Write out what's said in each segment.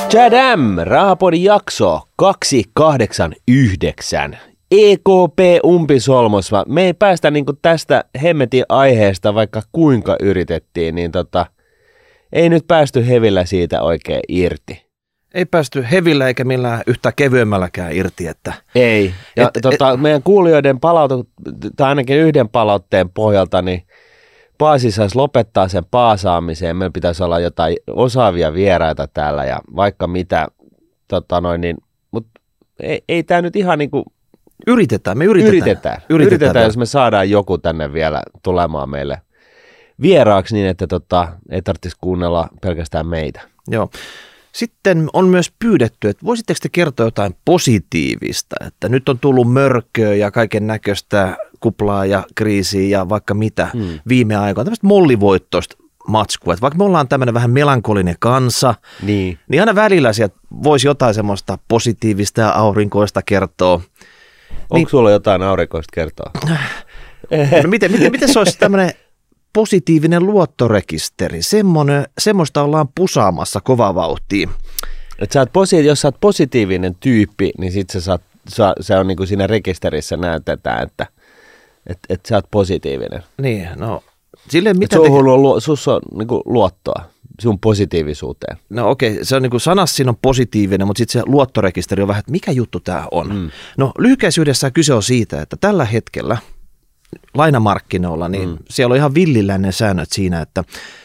Tadam! Rahapodin jakso 289. EKP umpisolmus. Me ei päästä niinku tästä hemmetin aiheesta, vaikka kuinka yritettiin, niin ei nyt päästy hevillä siitä oikein irti. Ei päästy hevillä eikä millään yhtä kevyemmälläkään irti. Että ei. Ja meidän kuulijoiden tai ainakin yhden palautteen pohjalta, niin Paasi saisi lopettaa sen paasaamiseen. Meillä pitäisi olla jotain osaavia vieraita täällä ja vaikka mitä, mutta ei tämä nyt ihan niin kuin... Yritetään, jos me saadaan joku tänne vielä tulemaan meille vieraaksi niin, että ei tarvitsisi kuunnella pelkästään meitä. Joo. Sitten on myös pyydetty, että voisitteko te kertoa jotain positiivista, että nyt on tullut mörköä ja kaiken näköistä kuplaa ja kriisiä ja vaikka mitä viime aikoina, tämmöistä mollivoittoista matskua, että vaikka me ollaan tämmöinen vähän melankolinen kansa, niin aina välillä sieltä voisi jotain semmoista positiivista ja aurinkoista kertoa. Onko sulla jotain aurinkoista kertoa? No miten se olisi tämmöinen positiivinen luottorekisteri? Semmoista ollaan pusaamassa kovaa vauhtia. Jos sä oot positiivinen tyyppi, niin sit se on niin kuin siinä rekisterissä näytetään, että sä oot positiivinen. Niin, no silleen mitä sus on niin kuin luottoa sun positiivisuuteen. No okei, se on niin kuin sanassa siinä on positiivinen, mutta sitten se luottorekisteri on vähän, että mikä juttu tämä on. No lyhykäisyydessään kyse on siitä, että tällä hetkellä lainamarkkinoilla, niin siellä on ihan villiläinen säännöt siinä, että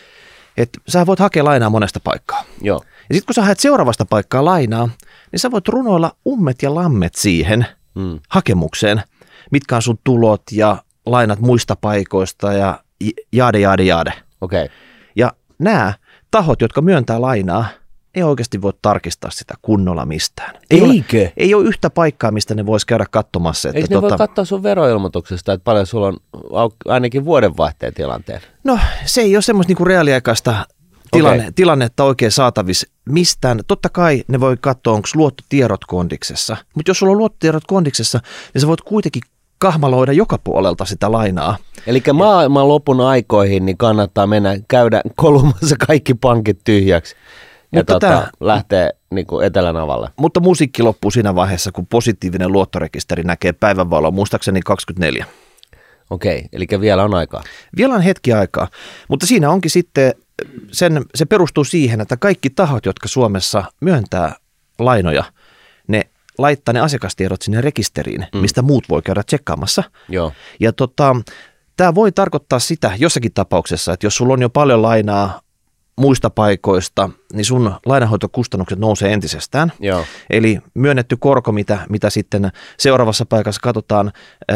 sä voit hakea lainaa monesta paikkaa. Joo. Ja sitten kun sä haet seuraavasta paikkaa lainaa, niin sä voit runoilla ummet ja lammet siihen hakemukseen, mitkä on sun tulot ja lainat muista paikoista ja jaade. Okei. Ja nämä tahot, jotka myöntää lainaa, ei oikeasti voi tarkistaa sitä kunnolla mistään. Ei ole yhtä paikkaa, mistä ne voisi käydä katsomassa. Eikö ne voi katsoa sun veroilmoituksesta, että paljon sulla on ainakin vuodenvaihteen tilanteen? No se ei ole semmoista niinku reaaliaikaista tilannetta oikein saatavissa mistään. Totta kai ne voi katsoa, onko luottotiedot kondiksessa. Mutta jos sulla on luottotiedot kondiksessa, niin sä voit kuitenkin kahmaloida joka puolelta sitä lainaa. Eli maailman lopun aikoihin niin kannattaa käydä kolumassa kaikki pankit tyhjäksi ja lähtee niin kuin etelänavalle. Mutta musiikki loppuu siinä vaiheessa, kun positiivinen luottorekisteri näkee päivänvaloa, muistaakseni 24. Okei, eli vielä on aikaa. Vielä on hetki aikaa, mutta siinä onkin sitten, se perustuu siihen, että kaikki tahot, jotka Suomessa myöntää lainoja, ne laittaa ne asiakastiedot sinne rekisteriin, mistä muut voi käydä tsekkaamassa. Joo. Ja tämä voi tarkoittaa sitä jossakin tapauksessa, että jos sulla on jo paljon lainaa muista paikoista, niin sun lainanhoitokustannukset nousee entisestään. Joo. Eli myönnetty korko, mitä sitten seuraavassa paikassa katsotaan,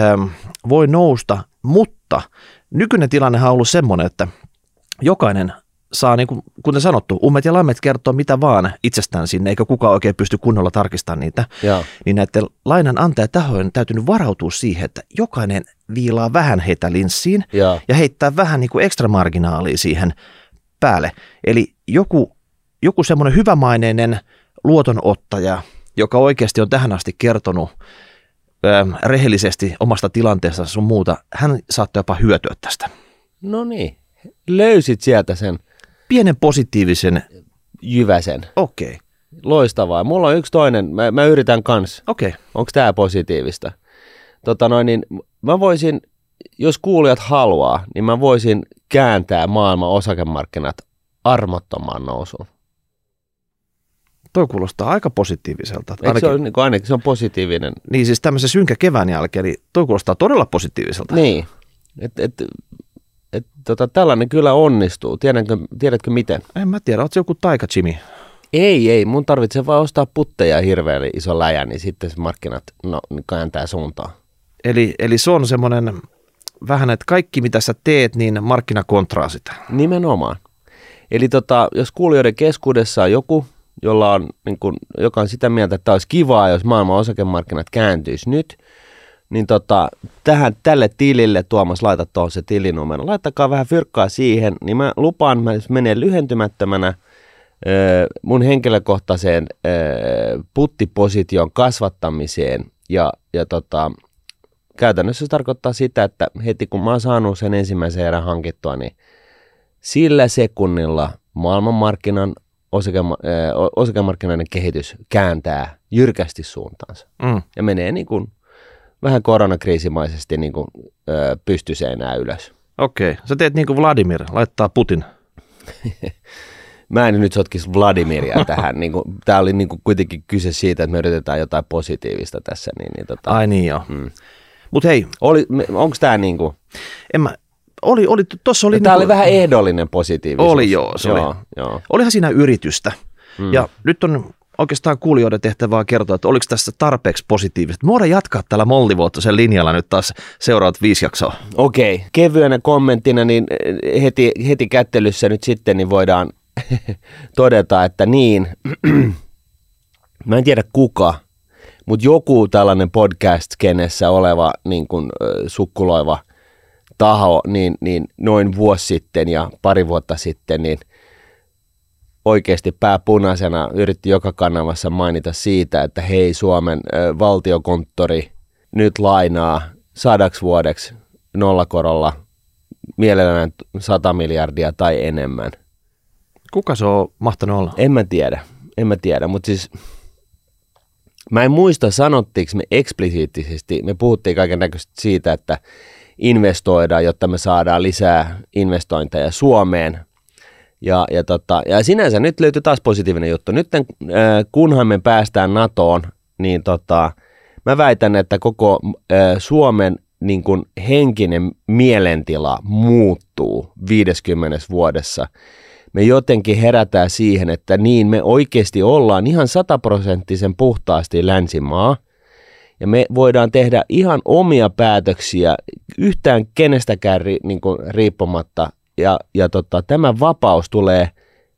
voi nousta, mutta nykyinen tilannehan on ollut semmoinen, että jokainen saa, niin kuin kuten sanottu, ummet ja lammet kertoo mitä vaan itsestään sinne, eikä kukaan oikein pysty kunnolla tarkistamaan niitä. Joo. Niin näiden lainanantajatahojen on täytynyt varautua siihen, että jokainen viilaa vähän heitä linssiin ja heittää vähän niin kuin ekstra marginaalia siihen päälle. Eli joku semmoinen hyvämaineinen luotonottaja, joka oikeasti on tähän asti kertonut rehellisesti omasta tilanteesta sun muuta, hän saattaa jopa hyötyä tästä. No niin, löysit sieltä sen pienen positiivisen jyväsen. Okei. Loistavaa. Mulla on yksi toinen, mä yritän kanssa. Okei. Onko tää positiivista? Niin mä voisin, jos kuulijat haluaa, niin mä voisin kääntää maailman osakemarkkinat armottomaan nousuun. Toi kuulostaa aika positiiviselta. Ainakin se on positiivinen. Niin siis tämmöisen synkkä kevään jälkeen, niin toi kuulostaa todella positiiviselta. Niin. Tällainen kyllä onnistuu. Tiedätkö miten? En mä tiedä, ootko se joku taika, Jimmy? Ei. Mun tarvitsee vaan ostaa putteja hirveän iso läjä, niin sitten se markkinat kääntää suuntaan. Eli se on semmoinen vähän, että kaikki mitä sä teet, niin markkina kontraa sitä. Nimenomaan. Eli jos kuulijoiden keskuudessa on joku, joka on sitä mieltä, että olisi kivaa, jos maailman osakemarkkinat kääntyisi nyt, niin tälle tilille, Tuomas, laita tuohon se tilinumero. Laittakaa vähän fyrkkaa siihen, niin mä lupaan, mä menen lyhentymättömänä mun henkilökohtaiseen puttiposition kasvattamiseen ja käytännössä se tarkoittaa sitä, että heti kun mä oon saanut sen ensimmäisen erän hankittua, niin sillä sekunnilla maailmanmarkkinan osakemarkkinoiden kehitys kääntää jyrkästi suuntaansa. Ja menee niin kuin vähän koronakriisimaisesti niin kuin, pystyseinää ylös. Okei. Sä teet niin kuin Vladimir, laittaa Putin. Mä en nyt sotkisi Vladimiria tähän. Niin tää oli niin kuin kuitenkin kyse siitä, että me yritetään jotain positiivista tässä. Ai niin joo. Mut hei. Onko tää niin kuin... Tossa oli tää oli vähän ehdollinen positiivisuus. Oli joo. Joo. Olihan siinä yritystä. Ja nyt on oikeastaan kuulijoiden tehtävää kertoa, että oliko tässä tarpeeksi positiivista. Me voidaan jatkaa tällä mollivuotoisen linjalla nyt taas seuraavat 5 jaksoa. Okei. Kevyenä kommenttina, niin heti kättelyssä nyt sitten niin voidaan todeta, että niin, mä en tiedä kuka, mutta joku tällainen podcast-skenessä oleva niin kuin, sukkuloiva taho, niin noin vuosi sitten ja pari vuotta sitten, niin oikeasti pääpunaisena yritti joka kanavassa mainita siitä, että hei, Suomen valtiokonttori nyt lainaa 100 vuodeksi nollakorolla mielellään 100 miljardia tai enemmän. Kuka se on mahtanut olla? En mä tiedä, mutta siis mä en muista sanottiinko me eksplisiittisesti, me puhuttiin kaikennäköisesti siitä, että investoidaan, jotta me saadaan lisää investointeja Suomeen. Ja sinänsä nyt löytyy taas positiivinen juttu. Nyt kunhan me päästään NATOon, niin mä väitän, että koko Suomen niin kuin henkinen mielentila muuttuu 50 vuodessa. Me jotenkin herätään siihen, että niin me oikeasti ollaan ihan 100% puhtaasti länsimaa. Ja me voidaan tehdä ihan omia päätöksiä yhtään kenestäkään niin kuin riippumatta. Ja tämä vapaus tulee,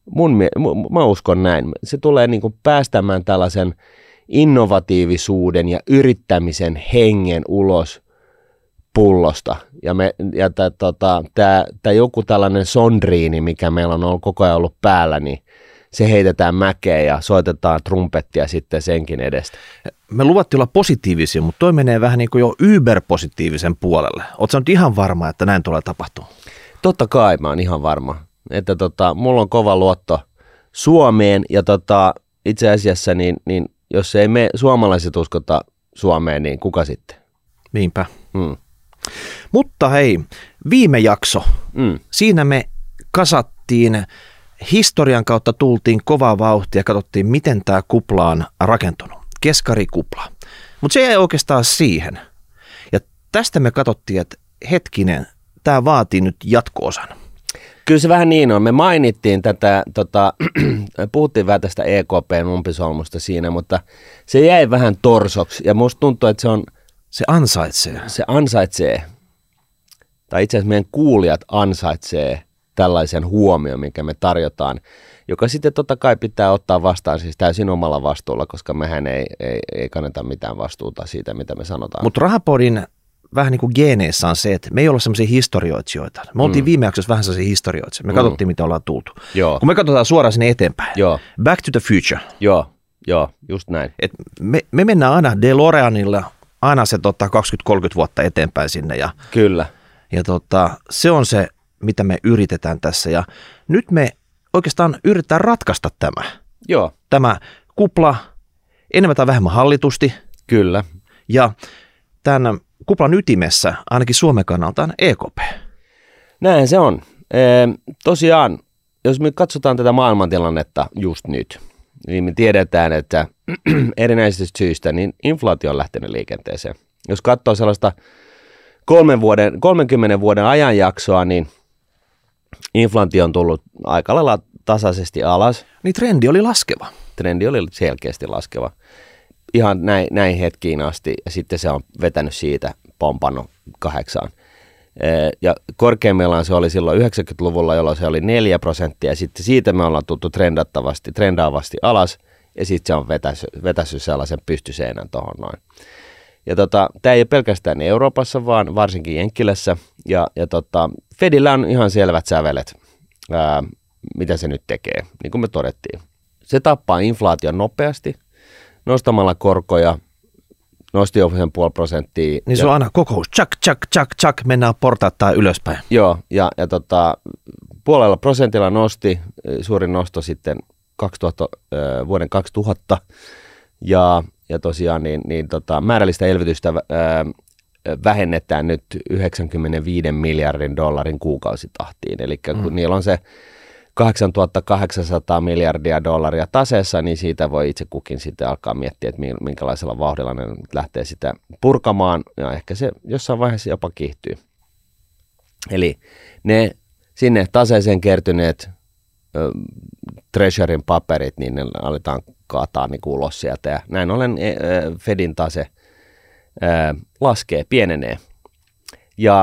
mä uskon näin, se tulee niin kuin päästämään tällaisen innovatiivisuuden ja yrittämisen hengen ulos pullosta. Ja tämä joku tällainen sondriini, mikä meillä on ollut koko ajan ollut päällä, niin se heitetään mäkeen ja soitetaan trumpettia sitten senkin edestä. Me luvattiin olla positiivisia, mutta toi menee vähän niin kuin jo yberpositiivisen puolelle. Ootko sä nyt ihan varma, että näin tulee tapahtumaan? Totta kai mä oon ihan varma, että mulla on kova luotto Suomeen ja itse asiassa niin jos ei me suomalaiset uskota Suomeen, niin kuka sitten? Niinpä. Mutta hei, viime jakso, siinä me kasattiin, historian kautta tultiin kovaa vauhtia ja katsottiin, miten tämä kupla on rakentunut, keskarikupla. Mutta se jäi oikeastaan siihen. Ja tästä me katsottiin, että hetkinen, tämä vaatii nyt jatko-osan. Kyllä se vähän niin on. Me mainittiin tätä, puhuttiin vähän tästä EKP:n umpisolmusta siinä, mutta se jäi vähän torsoksi ja musta tuntuu, että se ansaitsee. Se ansaitsee, tai itse asiassa meidän kuulijat ansaitsee tällaisen huomion, minkä me tarjotaan, joka sitten totta kai pitää ottaa vastaan siis täysin omalla vastuulla, koska mehän ei kanneta mitään vastuuta siitä, mitä me sanotaan. Mutta Rahapodin vähän niin kuin geeneissä on se, että me ei olla sellaisia historioitsijoita. Me oltiin viime jaksossa vähän sellaisia historioitsijoita. Me katsottiin, mitä ollaan tultu. Joo. Kun me katsotaan suoraan sinne eteenpäin. Joo. Back to the future. Joo, just näin. Et me mennään aina DeLoreanilla aina se 20-30 vuotta eteenpäin sinne. Ja, kyllä. Ja se on se, mitä me yritetään tässä. Ja nyt me oikeastaan yritetään ratkaista tämä. Joo. Tämä kupla enemmän tai vähemmän hallitusti. Kyllä. Ja tämän kuplan ytimessä, ainakin Suomen kannalta, on EKP. Näin se on. Tosiaan, jos me katsotaan tätä maailmantilannetta just nyt, niin me tiedetään, että erinäisistä syistä niin inflaatio on lähtenyt liikenteeseen. Jos katsoo sellaista 30 vuoden ajanjaksoa, niin inflaatio on tullut aika lailla tasaisesti alas. Niin trendi oli laskeva. Trendi oli selkeästi laskeva. Ihan näin hetkiin asti, ja sitten se on vetänyt siitä pompannut 8. Ja korkeimmillaan se oli silloin 90-luvulla, jolloin se oli 4%, ja sitten siitä me ollaan tultu trendaavasti alas, ja sitten se on vetässyt sellaisen pystyseinän tuohon noin. Ja tämä ei ole pelkästään Euroopassa, vaan varsinkin Jenkkilässä, ja Fedillä on ihan selvät sävelet, mitä se nyt tekee, niin kuin me todettiin. Se tappaa inflaation nopeasti, nostamalla korkoja, nosti jo sen 0,5%. Niin se on aina kokous, tsak, mennään portaittain ylöspäin. Joo, ja 0,5% nosti, suurin nosto sitten vuoden 2000 ja tosiaan määrällistä elvytystä vähennetään nyt 95 miljardin dollarin kuukausitahtiin. Eli kun niillä on se 8800 miljardia dollaria taseessa, niin siitä voi itse kukin sitten alkaa miettiä, että minkälaisella vauhdilla ne lähtee sitä purkamaan, ja ehkä se jossain vaiheessa jopa kiihtyy. Eli ne sinne taseeseen kertyneet treasuryn paperit, niin ne aletaan kaataa niin ulos sieltä, ja näin ollen Fedin tase laskee, pienenee. Ja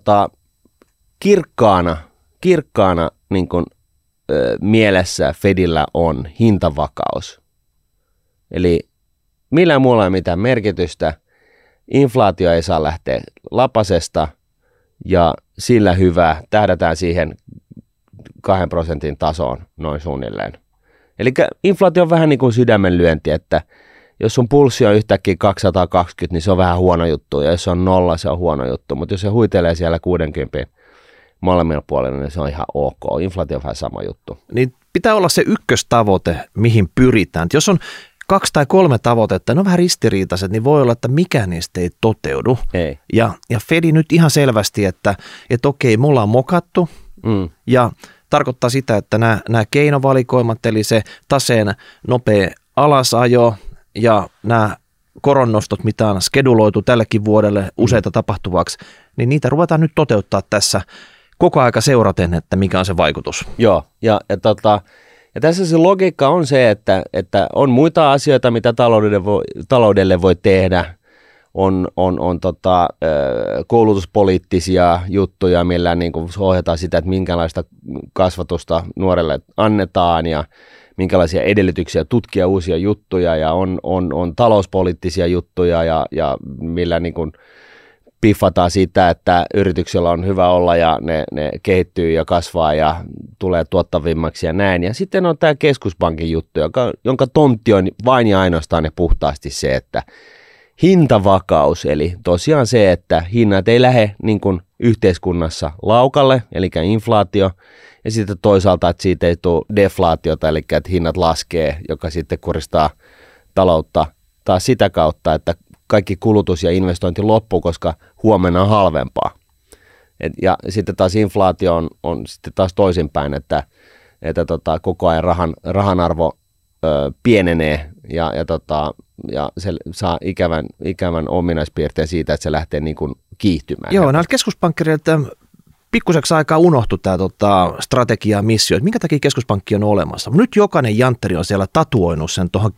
kirkkaana niin kuin, mielessä Fedillä on hintavakaus. Eli millään muulla ei mitään merkitystä, inflaatio ei saa lähteä lapasesta ja sillä hyvä, tähdätään siihen 2% tasoon noin suunnilleen. Eli inflaatio on vähän niin kuin sydämenlyönti, että jos sun pulssi on yhtäkkiä 220, niin se on vähän huono juttu, ja jos se on 0, se on huono juttu, mutta jos se huitelee siellä 60 molemmilla puolilla, niin se on ihan ok. Inflaatio on vähän sama juttu. Niin pitää olla se ykköstavoite, mihin pyritään. Jos on 2 tai 3 tavoitetta, ne on vähän ristiriitaiset, niin voi olla, että mikään niistä ei toteudu. Ei. Ja Fedi nyt ihan selvästi, että okei, mulla on mokattu, ja tarkoittaa sitä, että nämä keinovalikoimat, eli se taseen nopea alasajo ja nämä koronnostot, mitä on skeduloitu tällekin vuodelle useita tapahtuvaksi, niin niitä ruvetaan nyt toteuttaa tässä koko aika seuraten, että mikä on se vaikutus. Joo, ja tässä se logiikka on se, että on muita asioita, mitä taloudelle voi tehdä. On koulutuspoliittisia juttuja, millä niin kuin ohjataan sitä, että minkälaista kasvatusta nuorelle annetaan ja minkälaisia edellytyksiä tutkia uusia juttuja, ja on talouspoliittisia juttuja, ja millä niin kuin piffataan sitä, että yrityksellä on hyvä olla ja ne kehittyy ja kasvaa ja tulee tuottavimmaksi ja näin. Ja sitten on tämä keskuspankin juttu, jonka tontti on vain ja ainoastaan ja puhtaasti se, että hintavakaus, eli tosiaan se, että hinnat ei lähde niin kuin yhteiskunnassa laukalle, eli inflaatio, ja sitten toisaalta, että siitä ei tule deflaatiota, eli että hinnat laskee, joka sitten kuristaa taloutta taas sitä kautta, että kaikki kulutus ja investointi loppuu, koska huomenna on halvempaa. Ja sitten taas inflaatio on sitten taas toisinpäin, että koko ajan rahan arvo pienenee ja se saa ikävän ominaispiirteen siitä, että se lähtee niin kuin kiihtymään. Joo, näillä keskuspankkireilta pikkuseksi aikaa unohtui tämä strategia ja missio, että minkä takia keskuspankki on olemassa. Nyt jokainen jantteri on siellä tatuoinut sen tuohon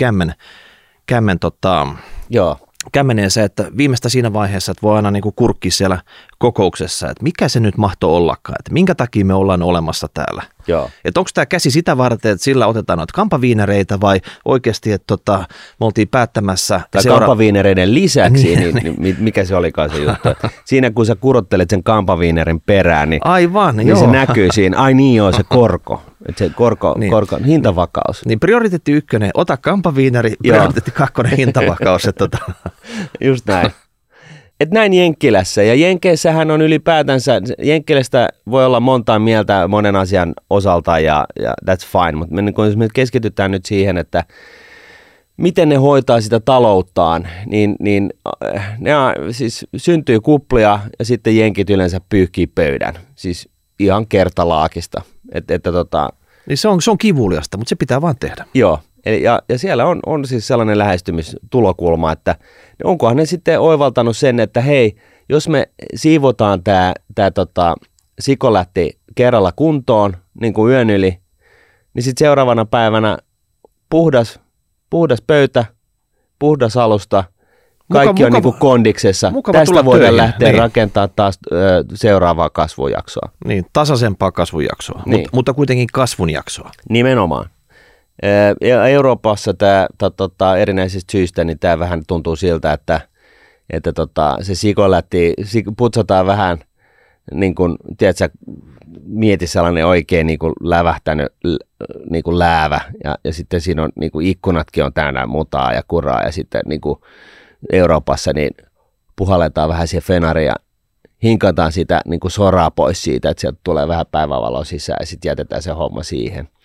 kämmeneen se, että viimeistä siinä vaiheessa, että voi aina niin kuin kurkkia siellä kokouksessa, että mikä se nyt mahtoi ollakaan, että minkä takia me ollaan olemassa täällä. Joo. Että onko tämä käsi sitä varten, että sillä otetaan noita kampaviinereitä vai oikeasti, että me oltiin päättämässä. Tai kampaviinereiden lisäksi, niin mikä se olikaan se juttu. Siinä kun sä kurottelet sen kampaviinerin perään, niin, aivan, niin se näkyy siinä. Ai niin joo, se korko. Että se korko, hintavakaus. Niin prioriteetti 1, ota kampaviineri, prioriteetti 2, hintavakaus. Just näin. Että näin Jenkkilässä. Ja Jenkeissähän on ylipäätänsä, Jenkkilästä voi olla montaa mieltä monen asian osalta ja that's fine. Mutta jos me keskitytään nyt siihen, että miten ne hoitaa sitä talouttaan, niin ne siis syntyy kuplia ja sitten jenkit yleensä pyyhkii pöydän. Siis ihan kertalaakista. Niin se on kivuliasta, mutta se pitää vaan tehdä. Joo, ja siellä on siis sellainen lähestymistulokulma, että onkohan ne sitten oivaltanut sen, että hei, jos me siivotaan tämä sikolätti kerralla kuntoon, niin kuin yön yli, niin sitten seuraavana päivänä puhdas pöytä, puhdas alusta, kaikki on niin kuin kondiksessa. Tästä voidaan lähteä rakentamaan taas seuraavaa kasvujaksoa. Niin, tasaisempaa kasvujaksoa, niin. Mutta kuitenkin kasvun jaksoa. Nimenomaan. Ja Euroopassa tämä erinäisistä syistä, niin tämä vähän tuntuu siltä, että se sikolätti putsataan vähän, niin kuin, tiedätkö, mieti sellainen oikein niin kuin lävähtänyt niin kuin läävä, ja sitten siinä on niin kuin ikkunatkin on täynnä mutaa ja kuraa, ja sitten niin kuin Euroopassa niin puhalletaan vähän siihen fenariin ja hinkataan sitä niin kuin soraa pois siitä, että sieltä tulee vähän päivävaloa sisään ja sitten jätetään se homma siihen.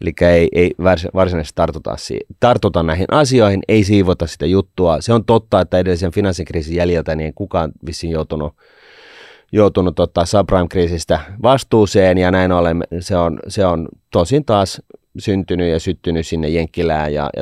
Eli ei varsinaisesti tartuta näihin asioihin, ei siivota sitä juttua. Se on totta, että edellisen finanssikriisin jäljiltä niin kukaan vissiin joutunut subprime-kriisistä vastuuseen, ja näin ollen se on tosin taas syntynyt ja syttynyt sinne Jenkkilään, ja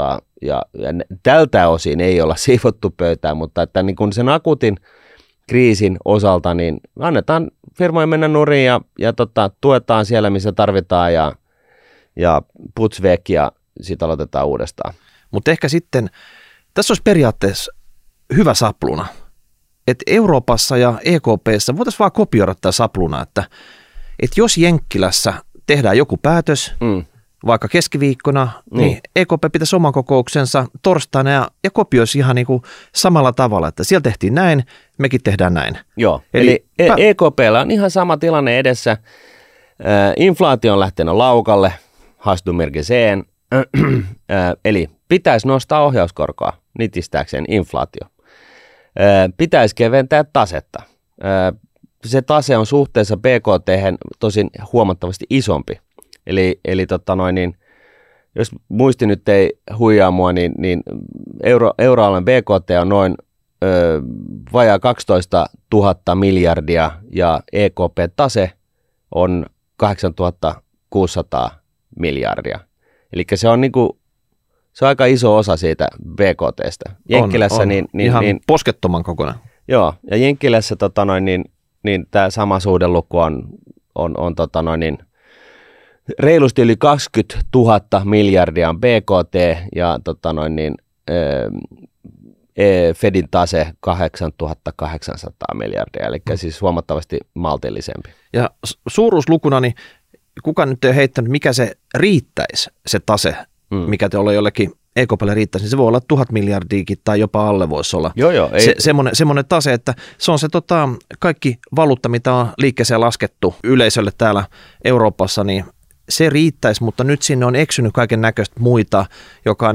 tältä osin ei olla siivottu pöytään, mutta että niin kun sen akuutin kriisin osalta, niin annetaan firmojen mennä nurin ja tuetaan siellä, missä tarvitaan, ja putsvek, ja sitten aloitetaan uudestaan. Mutta ehkä sitten, tässä olisi periaatteessa hyvä sapluna, että Euroopassa ja EKP:ssä voitaisiin vaan kopioida tämä sapluna, että jos Jenkkilässä tehdään joku päätös, vaikka keskiviikkona, niin EKP pitäisi oman kokouksensa torstaina ja kopioisi ihan niin kuin samalla tavalla, että siellä tehtiin näin, mekin tehdään näin. Joo, eli EKP:llä on ihan sama tilanne edessä. Inflaatio on lähtenyt laukalle, hastumerkiseen, eli pitäisi nostaa ohjauskorkoa nitistääkseen inflaatio. Pitäisi keventää tasetta. Se tase on suhteessa BKT:hen tosin huomattavasti isompi. Eli jos muisti nyt ei huijaa mua, niin euroalueen BKT on noin vajaa 12 000 miljardia ja EKP-tase on 8 600 miljardia. Eli se on se on aika iso osa siitä BKT:stä. Jenkkilässä on. Ihan poskettoman kokonaan. Joo, ja Jenkkilässä niin tämä sama suhdeluku on reilusti yli 20 000 miljardia on BKT ja Fedin tase 8 800 miljardia, eli siis huomattavasti maltillisempi. Ja suuruuslukuna, niin kuka nyt ei heittänyt, mikä se riittäisi, se tase, mikä te olla jollekin EKP:lle riittäisi, niin se voi olla 1000 miljardiakin tai jopa alle voisi olla. Joo, semmoinen tase, että se on se kaikki valuutta, mitä on liikkeeseen laskettu yleisölle täällä Euroopassa, niin se riittäisi, mutta nyt sinne on eksynyt kaiken näköistä muita, joka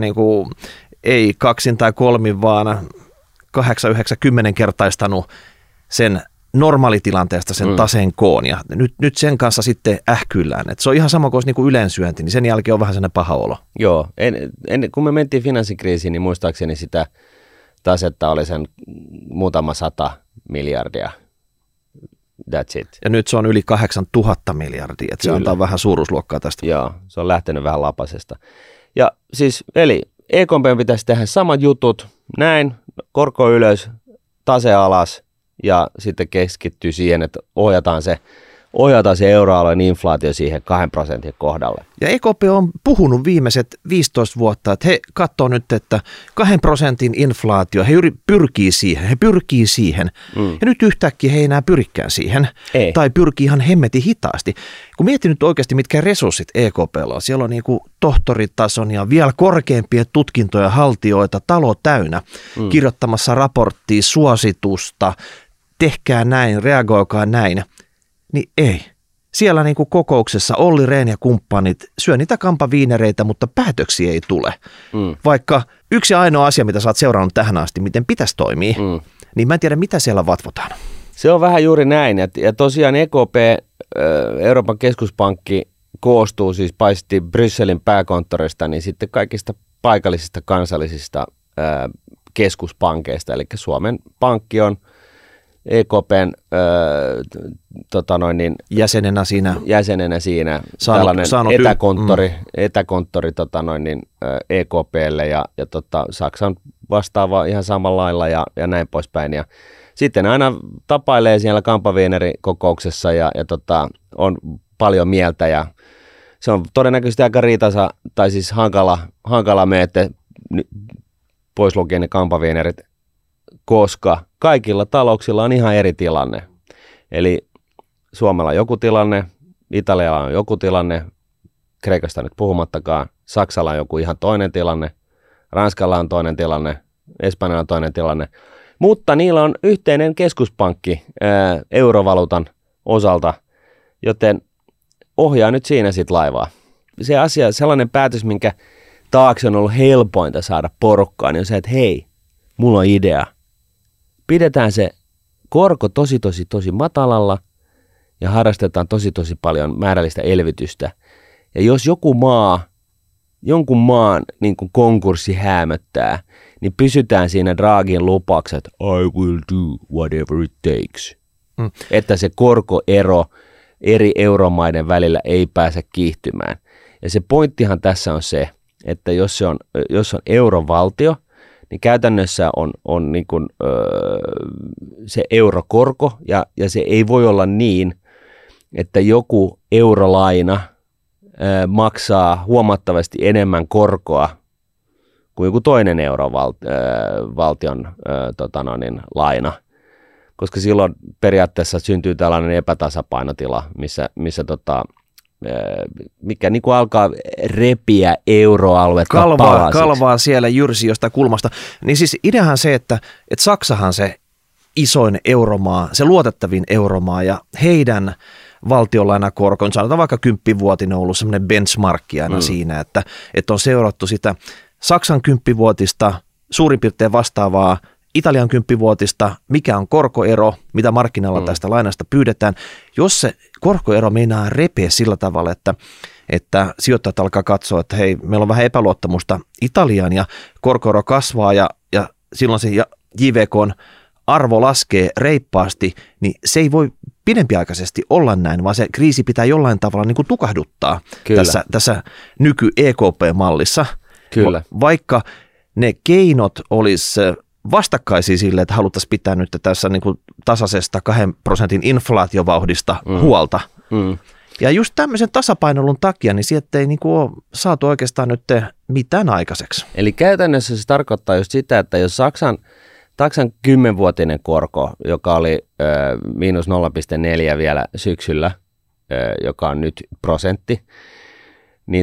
ei 2 tai 3, vaan 8, 9, 10 kertaistanut sen normaalitilanteesta sen taseen koon, ja nyt sen kanssa sitten ähkyillään. Et se on ihan sama kuin olisi yleensyönti, niin sen jälkeen on vähän sellainen paha olo. Joo, kun me mentiin finanssikriisiin, niin muistaakseni sitä tasetta oli sen muutama 100 miljardia. That's it. Ja nyt se on yli 8000 miljardia, että se antaa vähän suuruusluokkaa tästä. Joo, se on lähtenyt vähän lapasesta. Ja siis, eli EKP pitäisi tehdä samat jutut, näin, korko ylös, tase alas, ja sitten keskittyy siihen, että ohjataan se euroalueen inflaatio siihen 2% kohdalle. Ja EKP on puhunut viimeiset 15 vuotta, että he katsoo nyt, että 2% inflaatio, he pyrkii siihen. Ja nyt yhtäkkiä he ei enää pyrikään siihen, tai pyrkii ihan hemmetin hitaasti. Kun mietin nyt oikeasti, mitkä resurssit EKP:lla on, siellä on tohtoritason ja vielä korkeampia tutkintoja haltijoita, talo täynnä, kirjoittamassa raporttia, suositusta, tehkää näin, reagoikaa näin. Niin ei. Siellä kokouksessa Olli Rehn ja kumppanit syö niitä kampaviinereitä, mutta päätöksiä ei tule. Vaikka yksi ainoa asia, mitä sä oot seurannut tähän asti, miten pitäisi toimia, niin mä en tiedä, mitä siellä vatvotaan. Se on vähän juuri näin. Ja tosiaan EKP, Euroopan keskuspankki, koostuu siis paitsi Brysselin pääkonttorista, niin sitten kaikista paikallisista kansallisista keskuspankeista. Eli Suomen Pankki on EKPn jäsenenä siinä tällainen etäkonttori EKPlle ja Saksan vastaava ihan samalla lailla ja näin poispäin. Ja sitten aina tapailee siellä kampaviinerikokouksessa ja on paljon mieltä ja se on todennäköisesti aika riitasa tai siis hankala meette pois lukien ne kampaviinerit, koska kaikilla talouksilla on ihan eri tilanne. Eli Suomella on joku tilanne, Italialla on joku tilanne, Kreikasta nyt puhumattakaan, Saksalla on joku ihan toinen tilanne, Ranskalla on toinen tilanne, Espanjalla on toinen tilanne, mutta niillä on yhteinen keskuspankki eurovaluutan osalta, joten ohjaa nyt siinä sitten laivaa. Se asia, sellainen päätös, minkä taakse on ollut helpointa saada porukkaa, niin on se, että hei, mulla on idea. Pidetään se korko tosi matalalla ja harrastetaan tosi paljon määrällistä elvytystä. Ja jos jonkun maan niin kuin konkurssi häämöttää, niin pysytään siinä Draghin lupaukset, I will do whatever it takes. Että se korkoero eri euromaiden välillä ei pääse kiihtymään. Ja se pointtihan tässä on se, että jos on eurovaltio, niin käytännössä on niin kuin, se eurokorko, ja se ei voi olla niin, että joku eurolaina maksaa huomattavasti enemmän korkoa kuin joku toinen eurovaltion laina, koska silloin periaatteessa syntyy tällainen epätasapainotila, missä mikä niin kuin alkaa repiä euroaluetta palasiksi. Kalvaa siellä jyrsi jostain kulmasta. Niin siis ideahan se, että Saksahan se isoin euromaa, se luotettavin euromaa ja heidän valtionlainakorko, sanotaan vaikka 10-vuotinen on ollut semmoinen benchmarkki aina siinä, että on seurattu sitä Saksan 10-vuotista suurin piirtein vastaavaa Italian 10-vuotista, mikä on korkoero, mitä markkinoilla tästä lainasta pyydetään. Jos se korkoero meinaa repeä sillä tavalla, että sijoittajat alkaa katsoa, että hei, meillä on vähän epäluottamusta Italiaan ja korkoero kasvaa ja silloin se JVK:n arvo laskee reippaasti, niin se ei voi pidempiaikaisesti olla näin, vaan se kriisi pitää jollain tavalla niin kuin tukahduttaa tässä nyky-EKP-mallissa. Kyllä. Vaikka ne keinot olisi vastakkaisia sille, että haluttaisiin pitää nyt tässä niin kuin tasaisesta 2% inflaatiovauhdista huolta. Ja just tämmöisen tasapainolun takia, niin sieltä ei niin kuin ole saatu oikeastaan nyt mitään aikaiseksi. Eli käytännössä se tarkoittaa just sitä, että jos Saksan 10-vuotinen korko, joka oli miinus 0,4 vielä syksyllä, joka on nyt prosentti, niin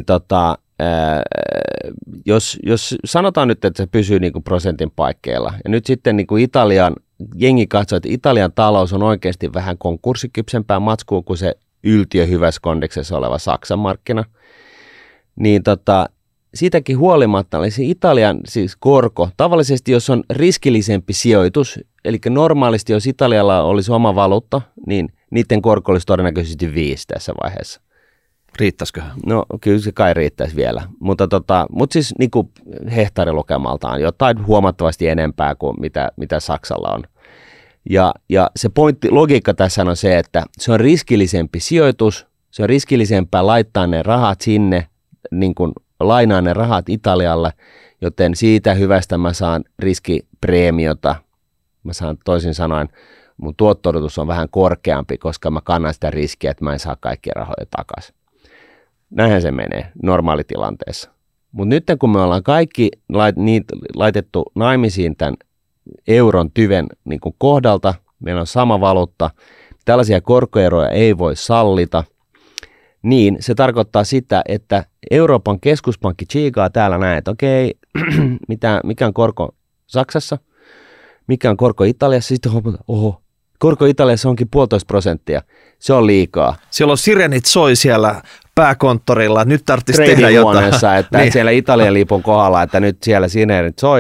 jos sanotaan nyt, että se pysyy niin kuin prosentin paikkeilla, ja nyt sitten niin kuin jengi katsoo, että Italian talous on oikeasti vähän konkurssikypsempää matskua kuin se yltiöhyväskondiksessa oleva Saksan markkina, niin siitäkin huolimatta, eli se Italian siis korko, tavallisesti jos on riskillisempi sijoitus, eli normaalisti jos Italialla olisi oma valuutta, niin niiden korko olisi todennäköisesti 5 tässä vaiheessa. Riittäisiköhän? No kyllä se kai riittäisi vielä, mutta siis niin kuin hehtaarilukemaltaan jotain huomattavasti enempää kuin mitä Saksalla on. Ja se logiikka tässä on se, että se on riskillisempi sijoitus, se on riskillisempää laittaa ne rahat sinne, niin kuin lainaan ne rahat Italialle, joten siitä hyvästä mä saan riskipreemiota. Mä saan toisin sanoen, mun tuotto-odotus on vähän korkeampi, koska mä kannan sitä riskiä, että mä en saa kaikkia rahoja takaisin. Näinhän se menee normaalitilanteessa. Mutta nyt kun me ollaan kaikki laitettu naimisiin tämän euron tyven niin kuin kohdalta, meillä on sama valuutta, tällaisia korkoeroja ei voi sallita, niin se tarkoittaa sitä, että Euroopan keskuspankki chiikaa täällä näin, että okei, mikä on korko Saksassa, mikä on korko Italiassa, sitten korko Italiassa onkin 1,5%, se on liikaa. Siellä on sirenit soi siellä pääkonttorilla, nyt tarvitsisi tehdä jotain. Että niin. Siellä Italian lipun kohdalla, että nyt siellä sirenit soi.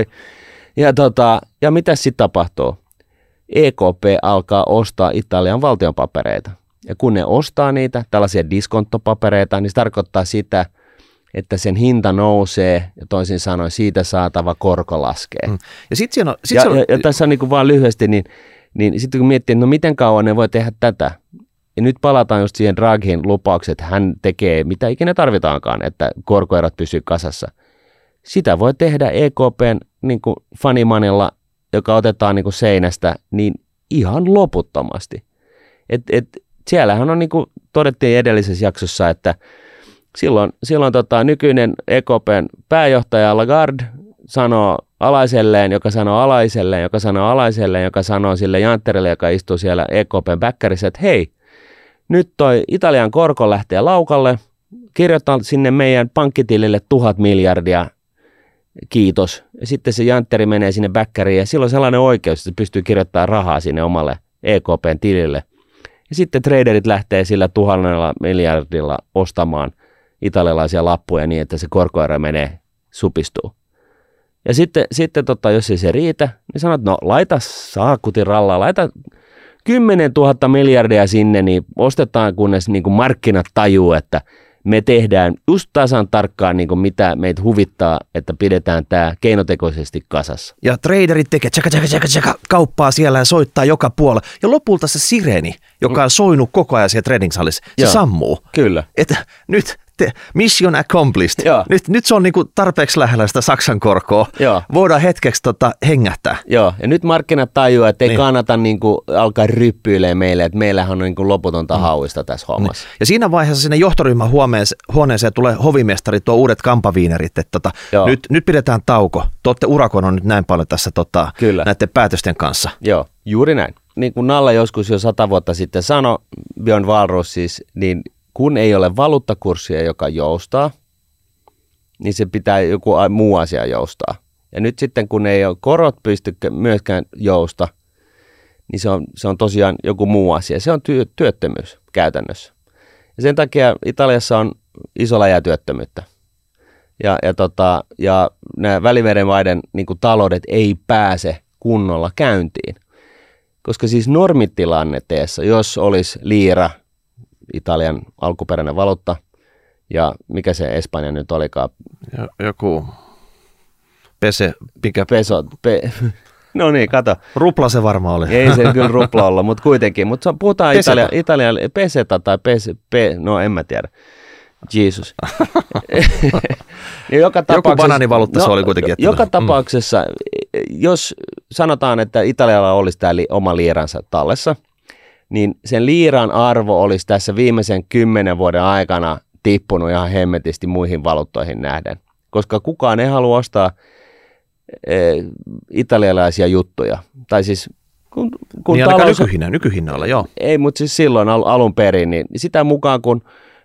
Ja mitä sitten tapahtuu? EKP alkaa ostaa Italian valtionpapereita. Ja kun ne ostaa niitä, tällaisia diskonttopapereita, niin se tarkoittaa sitä, että sen hinta nousee ja toisin sanoen siitä saatava korko laskee. Ja tässä on niin kuin vaan lyhyesti, niin sitten kun miettii, että no miten kauan ne voi tehdä tätä, ja nyt palataan just siihen Draghin lupaukseen, että hän tekee mitä ikinä tarvitaankaan, että korkoerot pysyy kasassa. Sitä voi tehdä EKPn niin kuin fanimanilla, joka otetaan niin kuin seinästä, niin ihan loputtomasti. Siellähän on, niin kuin todettiin edellisessä jaksossa, että silloin nykyinen EKPn pääjohtaja Lagarde sanoo alaiselleen, joka sanoo alaiselleen, joka sanoo alaiselleen, joka sanoo sille jantterille, joka istuu siellä EKPn bäkkärissä, että hei, nyt toi Italian korko lähtee laukalle, kirjoittaa sinne meidän pankkitilille 1000 miljardia, kiitos. Ja sitten se jantteri menee sinne bäkkäriin ja silloin sellainen oikeus, että se pystyy kirjoittamaan rahaa sinne omalle EKPn tilille. Ja sitten traderit lähtee sillä 1000 miljardilla ostamaan italialaisia lappuja niin, että se korkoero supistuu. Ja sitten jos ei se riitä, niin sanot, no laita saakutin rallaa, laita 10 000 miljardia sinne, niin ostetaan kunnes niin kuin markkinat tajuu, että me tehdään just tasan tarkkaan niin kuin mitä meitä huvittaa, että pidetään tämä keinotekoisesti kasassa. Ja traderit tekee kauppaa siellä ja soittaa joka puolella. Ja lopulta se sireeni, joka on soinut koko ajan siellä trading-salissa, se sammuu. Kyllä. Että nyt mission accomplished. Nyt se on niinku tarpeeksi lähellä sitä Saksan korkoa. Joo. Voidaan hetkeksi hengähtää. Joo, ja nyt markkinat tajuaa, että ei kannata niinku alkaa ryppyilemään meille, että meillähän on niinku loputonta hauista tässä hommassa. Ja siinä vaiheessa sinne johtoryhmän huoneeseen tulee hovimestari, tuo uudet kampaviinerit, että nyt pidetään tauko. Te olette urakoinut nyt näin paljon tässä näiden päätösten kanssa. Joo, juuri näin. Niin kuin Nalla joskus jo 100 vuotta sitten sanoi, Björn Wahlroos siis, niin kun ei ole valuuttakurssia, joka joustaa, niin se pitää joku muu asia joustaa. Ja nyt sitten, kun ei ole korot pysty myöskään jousta, niin se on tosiaan joku muu asia. Se on työttömyys käytännössä. Ja sen takia Italiassa on iso läjä työttömyyttä. Ja nämä Välimeren maiden niin kuin taloudet ei pääse kunnolla käyntiin. Koska siis normitilanteessa, jos olisi liira, Italian alkuperäinen valuutta, ja mikä se Espanja nyt olikaan? Joku peso. No niin, kato. Rupla se varmaan oli. Ei se kyllä rupla olla, mutta kuitenkin. Mutta puhutaan Italian peseta tai no en mä tiedä. Jeesus. Joku banaanivaluutta se oli kuitenkin. Joka tapauksessa, jos sanotaan, että Italialla olisi tämä oma liiransa tallessa, niin sen liiran arvo olisi tässä viimeisen 10 vuoden aikana tippunut ihan hemmetisti muihin valuuttoihin nähden. Koska kukaan ei halua ostaa italialaisia juttuja. Tai siis kun niin talous... nykyhinnalla, joo. Ei, mutta siis silloin alun perin, niin sitä mukaan kun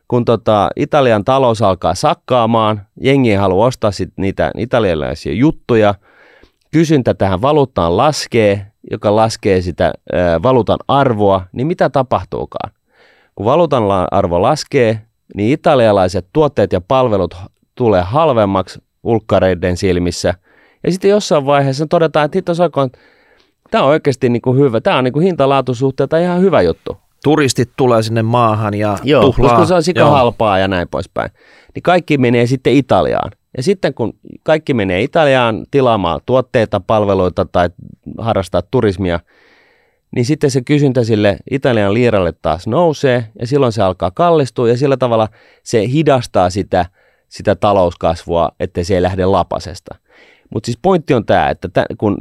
Italian talous alkaa sakkaamaan, jengi ei halua ostaa niitä italialaisia juttuja, kysyntä tähän valuuttaan laskee, joka laskee sitä valuutan arvoa, niin mitä tapahtuukaan? Kun valuutan arvo laskee, niin italialaiset tuotteet ja palvelut tulee halvemmaksi ulkkareiden silmissä. Ja sitten jossain vaiheessa todetaan, että tämä on oikeasti niin kuin hyvä, tämä on niin kuin hintalaatusuhteelta ihan hyvä juttu. Turistit tulee sinne maahan ja tuhlaa. Koska se on sika halpaa ja näin poispäin. Niin kaikki menee sitten Italiaan. Ja sitten kun kaikki menee Italiaan tilaamaan tuotteita, palveluita tai harrastaa turismia, niin sitten se kysyntä sille Italian liiralle taas nousee ja silloin se alkaa kallistua ja sillä tavalla se hidastaa sitä talouskasvua, ettei se ei lähde lapasesta. Mutta siis pointti on tämä, että kun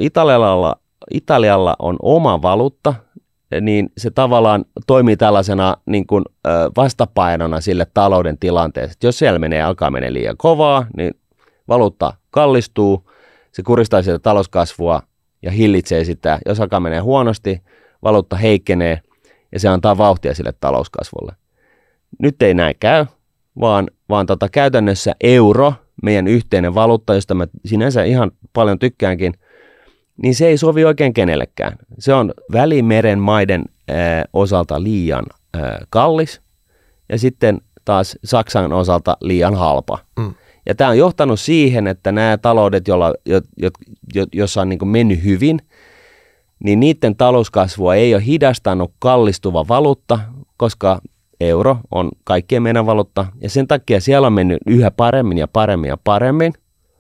Italialla on oma valuutta, niin se tavallaan toimii tällaisena niin kuin vastapainona sille talouden tilanteeseen. Jos siellä alkaa mennä liian kovaa, niin valuutta kallistuu, se kuristaa sitä talouskasvua ja hillitsee sitä. Jos alkaa menee huonosti, valuutta heikkenee ja se antaa vauhtia sille talouskasvulle. Nyt ei näin käy, vaan käytännössä euro, meidän yhteinen valuutta, josta mä sinänsä ihan paljon tykkäänkin, niin se ei sovi oikein kenellekään. Se on Välimeren maiden osalta liian kallis ja sitten taas Saksan osalta liian halpa. Ja tämä on johtanut siihen, että nämä taloudet, joissa on niin kuin mennyt hyvin, niin niiden talouskasvua ei ole hidastanut kallistuva valuutta, koska euro on kaikkien meidän valuutta ja sen takia siellä on mennyt yhä paremmin ja paremmin ja paremmin.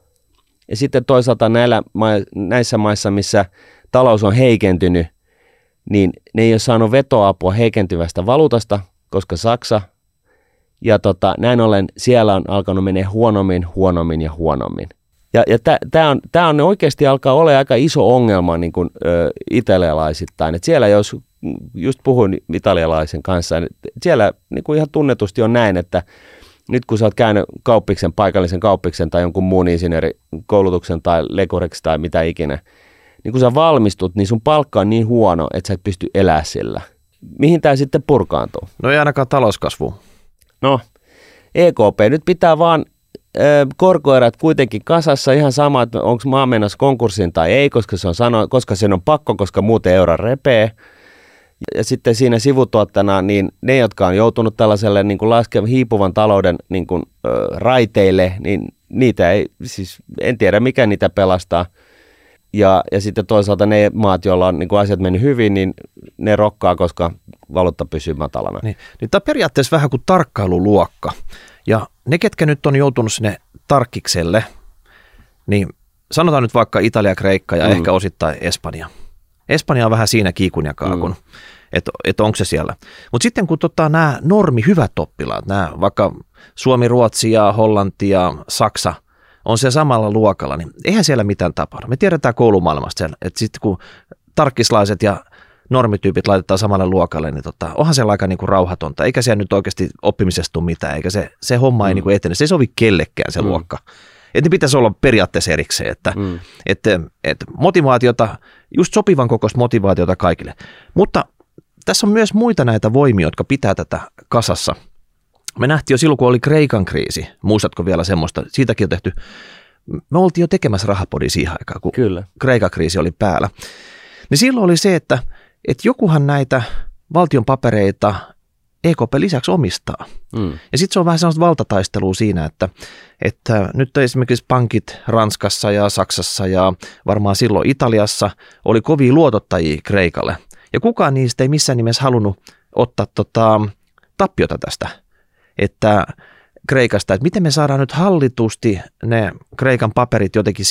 Ja sitten toisaalta näissä maissa, missä talous on heikentynyt, niin ne ei ole saanut vetoapua heikentyvästä valuutasta, koska Saksa, ja näin ollen siellä on alkanut mennä huonommin. Ja tämä on oikeasti alkaa olla aika iso ongelma niin kuin italialaisittain. Et siellä jos just puhuin italialaisen kanssa, siellä niin kuin ihan tunnetusti on näin, että nyt kun sä oot käynyt paikallisen kauppiksen tai jonkun muun insinöörikoulutuksen tai lekoreksi tai mitä ikinä, niin kun sä valmistut, niin sun palkka on niin huono, että sä et pysty elämään sillä. Mihin tää sitten purkaantuu? No ei ainakaan talouskasvuun. No, EKP nyt pitää vaan korkoerät kuitenkin kasassa ihan sama, että onko maa menossa konkurssiin tai ei, koska sen on pakko, koska muuten euro repee. Ja sitten siinä sivutuottana, niin ne, jotka on joutunut tällaiselle niin kuin hiipuvan talouden niin kuin, raiteille, niin niitä ei, siis en tiedä mikä niitä pelastaa. Ja sitten toisaalta ne maat, joilla on niin kuin asiat mennyt hyvin, niin ne rokkaa, koska valuutta pysyy matalana. Niin tämä on periaatteessa vähän kuin tarkkailuluokka. Ja ne, ketkä nyt on joutunut sinne tarkkikselle, niin sanotaan nyt vaikka Italia, Kreikka ja ehkä osittain Espanja. Espanja on vähän siinä kiikun ja kaakun, että onko se siellä. Mutta sitten kun nämä hyvät oppilaat, nämä vaikka Suomi, Ruotsi ja Hollanti ja Saksa on siellä samalla luokalla, niin eihän siellä mitään tapahdu. Me tiedetään koulumaailmasta, että sitten kun tarkkislaiset ja normityypit laitetaan samalle luokalle, niin onhan siellä aika niinku rauhatonta, eikä siellä nyt oikeasti oppimisesta tule mitään, eikä se homma ei niinku etene, se ei sovi kellekään se luokka. Että ne pitäisi olla periaatteessa erikseen, että motivaatiota, just sopivan kokoista motivaatiota kaikille. Mutta tässä on myös muita näitä voimia, jotka pitää tätä kasassa. Me nähtiin jo silloin, kun oli Kreikan kriisi, muistatko vielä semmoista, siitäkin on tehty, me oltiin jo tekemässä Rahapodia siihen aikaan, kun Kreikan kriisi oli päällä. Niin silloin oli se, että jokuhan näitä valtion papereita EKP lisäksi omistaa. Ja sitten se on vähän sellaista valtataistelua siinä, että nyt esimerkiksi pankit Ranskassa ja Saksassa ja varmaan silloin Italiassa oli kovia luotottajia Kreikalle. Ja kukaan niistä ei missään nimessä halunnut ottaa tappiota tästä, että Kreikasta, että miten me saadaan nyt hallitusti ne Kreikan paperit jotenkin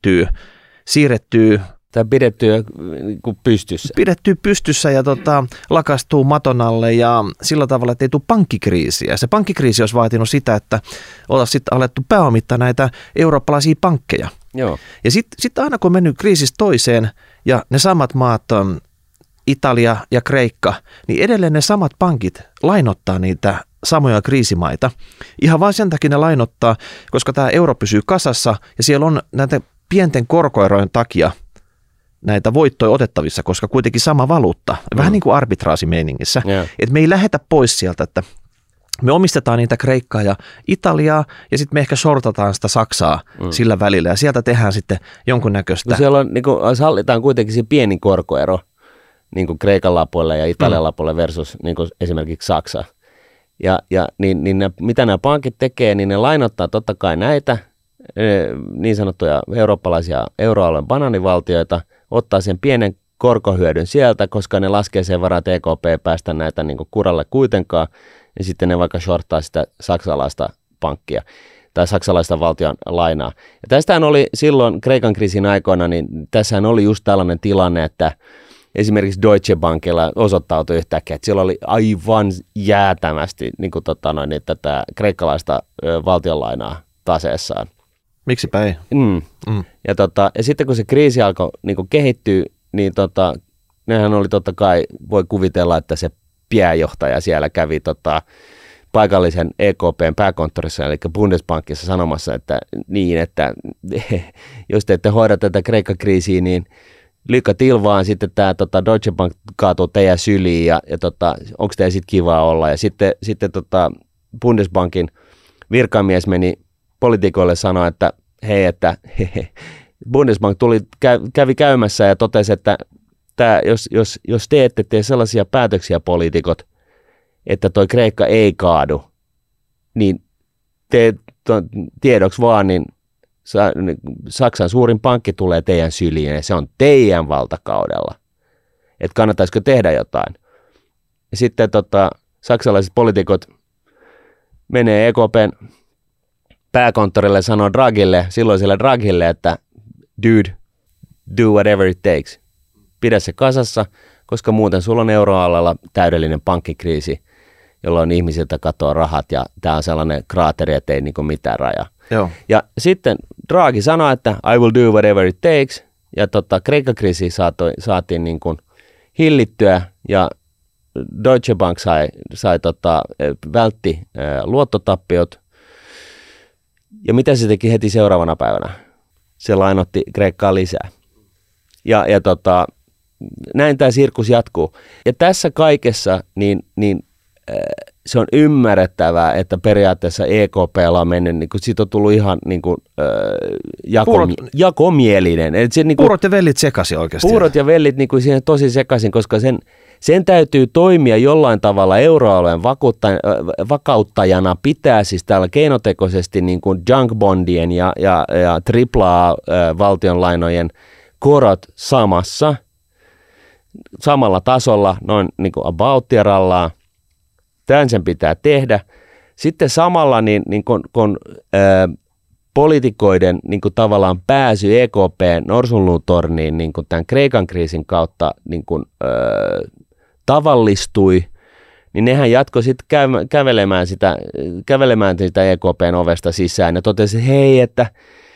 siirrettyä tai pidettyä pystyssä. Pidettyä pystyssä ja lakastuu maton alle ja sillä tavalla, että ei tule pankkikriisiä. Se pankkikriisi olisi vaatinut sitä, että oltaisiin sitten alettu pääomittaa näitä eurooppalaisia pankkeja. Joo. Ja sitten aina kun on mennyt kriisistä toiseen ja ne samat maat, Italia ja Kreikka, niin edelleen ne samat pankit lainottaa niitä samoja kriisimaita. Ihan vain sen takia ne lainottaa, koska tämä euro pysyy kasassa ja siellä on näitä pienten korkoerojen takia näitä voittoja otettavissa, koska kuitenkin sama valuutta, vähän niin kuin arbitraasimeiningissä, että me ei lähetä pois sieltä, että me omistetaan niitä Kreikkaa ja Italiaa ja sitten me ehkä shortataan sitä Saksaa sillä välillä ja sieltä tehdään sitten jonkunnäköistä. No siellä on, niin kuin, sallitaan kuitenkin se pieni korkoero niin kuin Kreikan lapuille ja Italian lapuille versus niin kuin esimerkiksi Saksa. Niin mitä nämä pankit tekee, niin ne lainottaa totta kai näitä niin sanottuja eurooppalaisia euroalueen banaanivaltioita, ottaa sen pienen korkohyödyn sieltä, koska ne laskee sen varaa, että EKP päästä näitä niin kuin kuralle kuitenkaan, ja sitten ne vaikka shorttaa sitä saksalaista pankkia tai saksalaista valtion lainaa. Ja tästähän oli silloin Kreikan kriisin aikoina, niin tässähän oli just tällainen tilanne, että esimerkiksi Deutsche Bankilla osoittautui yhtäkkiä, että siellä oli aivan jäätävästi niin kuin, tätä kreikkalaista valtionlainaa taseessaan. Miksipä ei? Ja sitten kun se kriisi alkoi niin kuin kehittyä, niin nehän oli totta kai, voi kuvitella, että se pääjohtaja siellä kävi paikallisen EKPn pääkonttorissa, eli Bundesbankissa sanomassa, että jos te ette hoida tätä Kreikka-kriisiä, niin lykkää tilvaan, sitten tämä Deutsche Bank kaatuu teidän syliin ja onko teidän sitten kivaa olla. Ja sitten Bundesbankin virkamies meni poliitikoille sanoa, että hei, että Bundesbank kävi käymässä ja totesi, että jos te ette tee sellaisia päätöksiä poliitikot, että toi Kreikka ei kaadu, niin tiedoksi vaan, niin Saksan suurin pankki tulee teidän syliin ja se on teidän valtakaudella. Että kannattaisiko tehdä jotain. Ja sitten saksalaiset poliitikot menee EKPn pääkonttorille ja sanoo silloiselle Draghille, että dude, do whatever it takes. Pidä se kasassa, koska muuten sulla on euroalueella täydellinen pankkikriisi, jolloin ihmisiltä katoaa rahat ja tämä on sellainen kraateri, että ei niinku mitään rajaa. Joo. Ja sitten Draghi sanoi, että I will do whatever it takes, ja Kreikka-kriisi saatiin niin kuin hillittyä, ja Deutsche Bank vältti luottotappiot, ja mitä se teki heti seuraavana päivänä? Se lainotti Kreikkaa lisää. Ja näin tämä sirkus jatkuu. Ja tässä kaikessa niin se on ymmärrettävää, että periaatteessa EKP:lla on mennyt, niin kuin, siitä on tullut ihan niin kuin, jakomielinen. Puurot ja vellit sekaisin oikeasti. Puurot ja vellit niin kuin siihen tosi sekaisin, koska sen täytyy toimia jollain tavalla euroalueen vakauttajana, pitää siis täällä keinotekoisesti niin kuin junk bondien ja AAA-valtionlainojen korot samalla tasolla, noin niin kuin about tierallaan. Tämän sen pitää tehdä. sitten samalla kun poliitikoiden niin kuin tavallaan pääsy EKP:n norsunluutorniin niin kuin tämän Kreikan kriisin kautta niin kuin, tavallistui, niin nehän jatkoi sitten kävelemään sitä EKP:n ovesta sisään ja totesi, että hei, että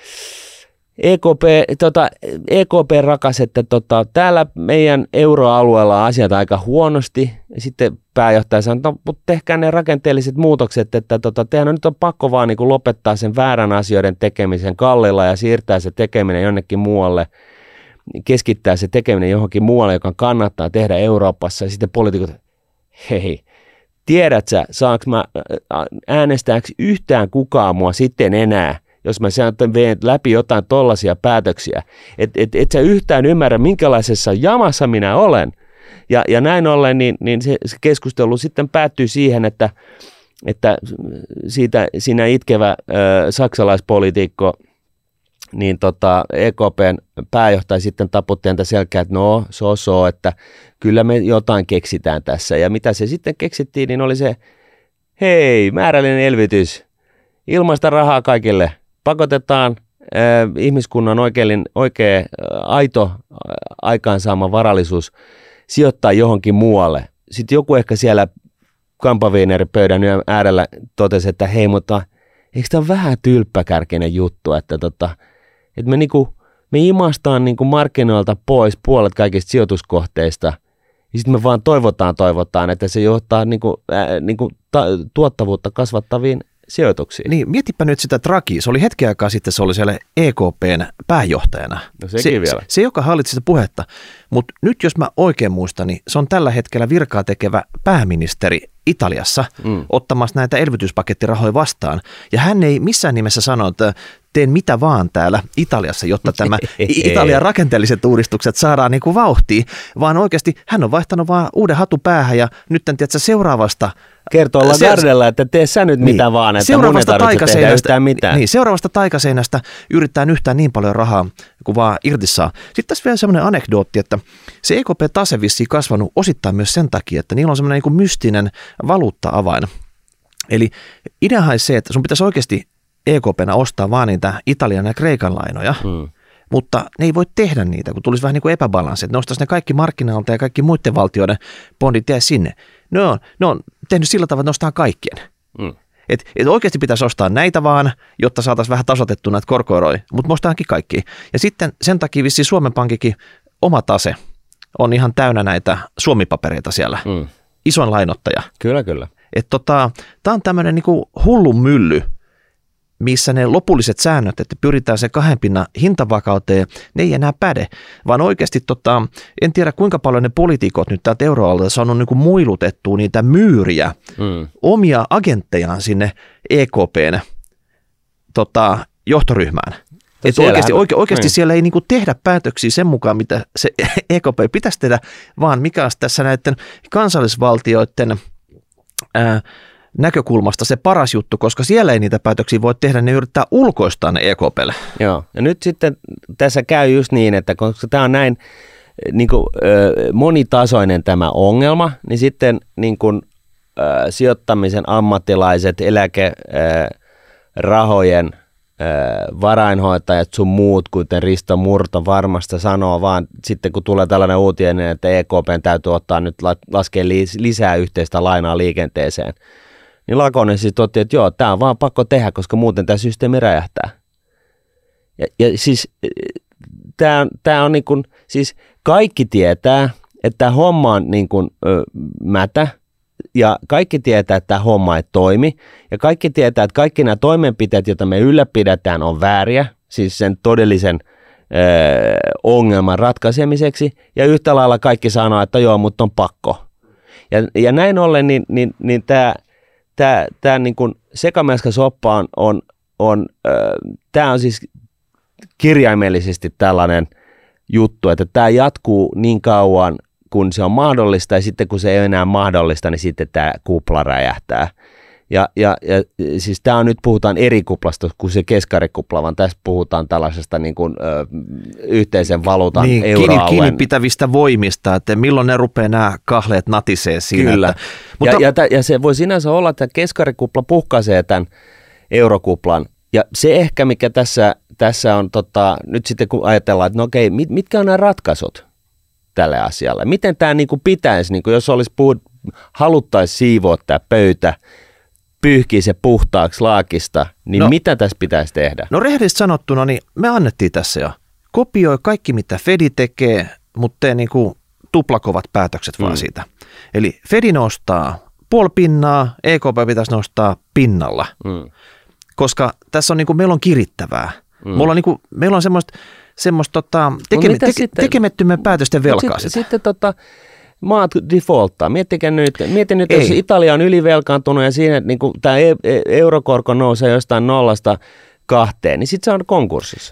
EKP rakas, että täällä meidän euroalueella on asiat aika huonosti. Ja sitten pääjohtaja sanoi, että mutta tehkää ne rakenteelliset muutokset, että tehän nyt on pakko vaan niin kuin lopettaa sen väärän asioiden tekemisen kallilla ja siirtää se tekeminen jonnekin muualle, keskittää se tekeminen johonkin muualle, joka kannattaa tehdä Euroopassa. Ja sitten poliitikot, hei, tiedät sä, saanko mä äänestääks yhtään kukaan mua sitten enää, jos mä veen läpi jotain tollaisia päätöksiä, et sä yhtään ymmärrä, minkälaisessa jamassa minä olen. Ja näin ollen, niin se keskustelu sitten päättyy siihen, että siinä itkevä saksalaispoliitikko, niin EKP:n pääjohtaja sitten taputti häntä selkään, että no, että kyllä me jotain keksitään tässä. Ja mitä se sitten keksittiin, niin oli se, hei, määrällinen elvytys, ilmaista rahaa kaikille. Pakotetaan ihmiskunnan oikea aito aikaansaama varallisuus sijoittaa johonkin muualle. Sitten joku ehkä siellä kampaviineripöydän äärellä totesi, että hei, mutta eikö tämä ole vähän tylppäkärkinen juttu, että me imastaan niinku markkinoilta pois puolet kaikista sijoituskohteista ja sitten me vaan toivotaan, että se johtaa tuottavuutta kasvattaviin sijoituksiin. Niin, mietipä nyt sitä Draghia. Se oli hetken aikaa sitten, se oli siellä EKP:n pääjohtajana. No sekin vielä. Se, joka hallitsi sitä puhetta. Mutta nyt jos mä oikein muistan, niin se on tällä hetkellä virkaa tekevä pääministeri Italiassa ottamassa näitä elvytyspakettirahoja vastaan. Ja hän ei missään nimessä sano, että teen mitä vaan täällä Italiassa, jotta tämä Italian rakenteelliset uudistukset saadaan niin kuin vauhtiin, vaan oikeasti hän on vaihtanut vaan uuden hatun päähän ja nyt tiedätkö, seuraavasta kertoo Lagardella, että tee sä nyt mitä vaan, että mun ei tarvitse tehdä yhtään mitään. Niin, seuraavasta taikaseinästä yrittää yhtään niin paljon rahaa, kuin vaan irti saa. Sitten tässä vielä semmoinen anekdootti, että se EKP-tase vissiin kasvanut osittain myös sen takia, että niillä on semmoinen niin kuin mystinen valuutta-avain. Eli ideahan on se, että sun pitäisi oikeasti EKP:nä ostaa vaan niitä Italian ja Kreikan lainoja, mutta ne ei voi tehdä niitä, kun tulisi vähän niin kuin epäbalanssi, että ne ostaisi ne kaikki markkinoilta ja kaikki muiden valtioiden bondit jää sinne. Ne on tehnyt sillä tavalla, että ne ostaa kaikkien. Et oikeasti pitäisi ostaa näitä vaan, jotta saataisiin vähän tasoitettua näitä korkoeroja, mutta me ostaankin kaikki. Ja sitten sen takia vissiin Suomen Pankikin oma tase on ihan täynnä näitä Suomi-papereita siellä. Isoin lainottaja. Kyllä. Tämä on tämmöinen niinku hullu mylly, missä ne lopulliset säännöt, että pyritään se 2 pinnan hintavakauteen, ne ei enää päde, vaan oikeasti en tiedä kuinka paljon ne poliitikot nyt täältä euroalueelta saanut niin kuin muilutettua niitä myyriä, omia agenttejaan sinne EKP:n johtoryhmään. Että oikeasti siellä ei niin kuin tehdä päätöksiä sen mukaan, mitä se EKP pitäisi tehdä, vaan mikä on tässä näiden kansallisvaltioiden näkökulmasta se paras juttu, koska siellä ei niitä päätöksiä voi tehdä, ne yrittää ulkoistaa ne EKP:lle. Joo, ja nyt sitten tässä käy just niin, että koska tämä on näin niin kuin, monitasoinen tämä ongelma, niin sitten niin kuin, sijoittamisen ammattilaiset, eläkerahojen varainhoitajat sun muut, kuten Risto Murto varmasta sanoo, vaan sitten kun tulee tällainen uutinen, että EKP:n täytyy ottaa nyt laskea lisää yhteistä lainaa liikenteeseen, niin Lakonen siis totti, että joo, tämä on vaan pakko tehdä, koska muuten tämä systeemi räjähtää. Ja siis tämä on niin kuin, siis kaikki tietää, että tämä homma on niin kuin mätä, ja kaikki tietää, että tämä homma ei toimi, ja kaikki tietää, että kaikki nämä toimenpiteet, joita me ylläpidetään, on vääriä, siis sen todellisen ongelman ratkaisemiseksi, ja yhtä lailla kaikki sanoo, että joo, mutta on pakko. Ja näin ollen, niin tämä niin kuin sekamelskasoppa tämä on siis kirjaimellisesti tällainen juttu, että tämä jatkuu niin kauan, kun se on mahdollista, ja sitten kun se ei ole enää mahdollista, niin sitten tämä kupla räjähtää. Ja siis tämä on nyt puhutaan eri kuplasta kuin se keskarikupla, vaan tässä puhutaan tällaisesta niin kuin, yhteisen valuutan niin, euroalueen. Kiinni pitävistä voimista, että milloin ne rupeaa nämä kahleet natisee siinä. Kyllä. Ja se voi sinänsä olla, että keskarikupla puhkaisee tämän eurokuplan. Ja se ehkä, mikä tässä on, nyt sitten kun ajatellaan, että no okei, mitkä on nämä ratkaisut tälle asialle? Miten tämä niin kuin pitäisi, niin kuin jos olisi haluttaisiin siivoa tämä pöytä, pyyhkii se puhtaaksi laakista, niin mitä tässä pitäisi tehdä? No rehellisesti sanottuna, niin me annettiin tässä jo. Kopioi kaikki, mitä Fedi tekee, mutta tee niin kuin tuplakovat päätökset vaan siitä. Eli Fedi nostaa puoli pinnaa, EKP pitäisi nostaa pinnalla, koska tässä on niin kuin, meillä on kirittävää. Meillä on semmoista tekemättömien päätösten velkaa. Sitten maat defaulttaa. Mietin nyt, jos Italia on ylivelkaantunut ja siinä niin tämä eurokorko nousee jostain 0-2, niin sitten se on konkurssissa.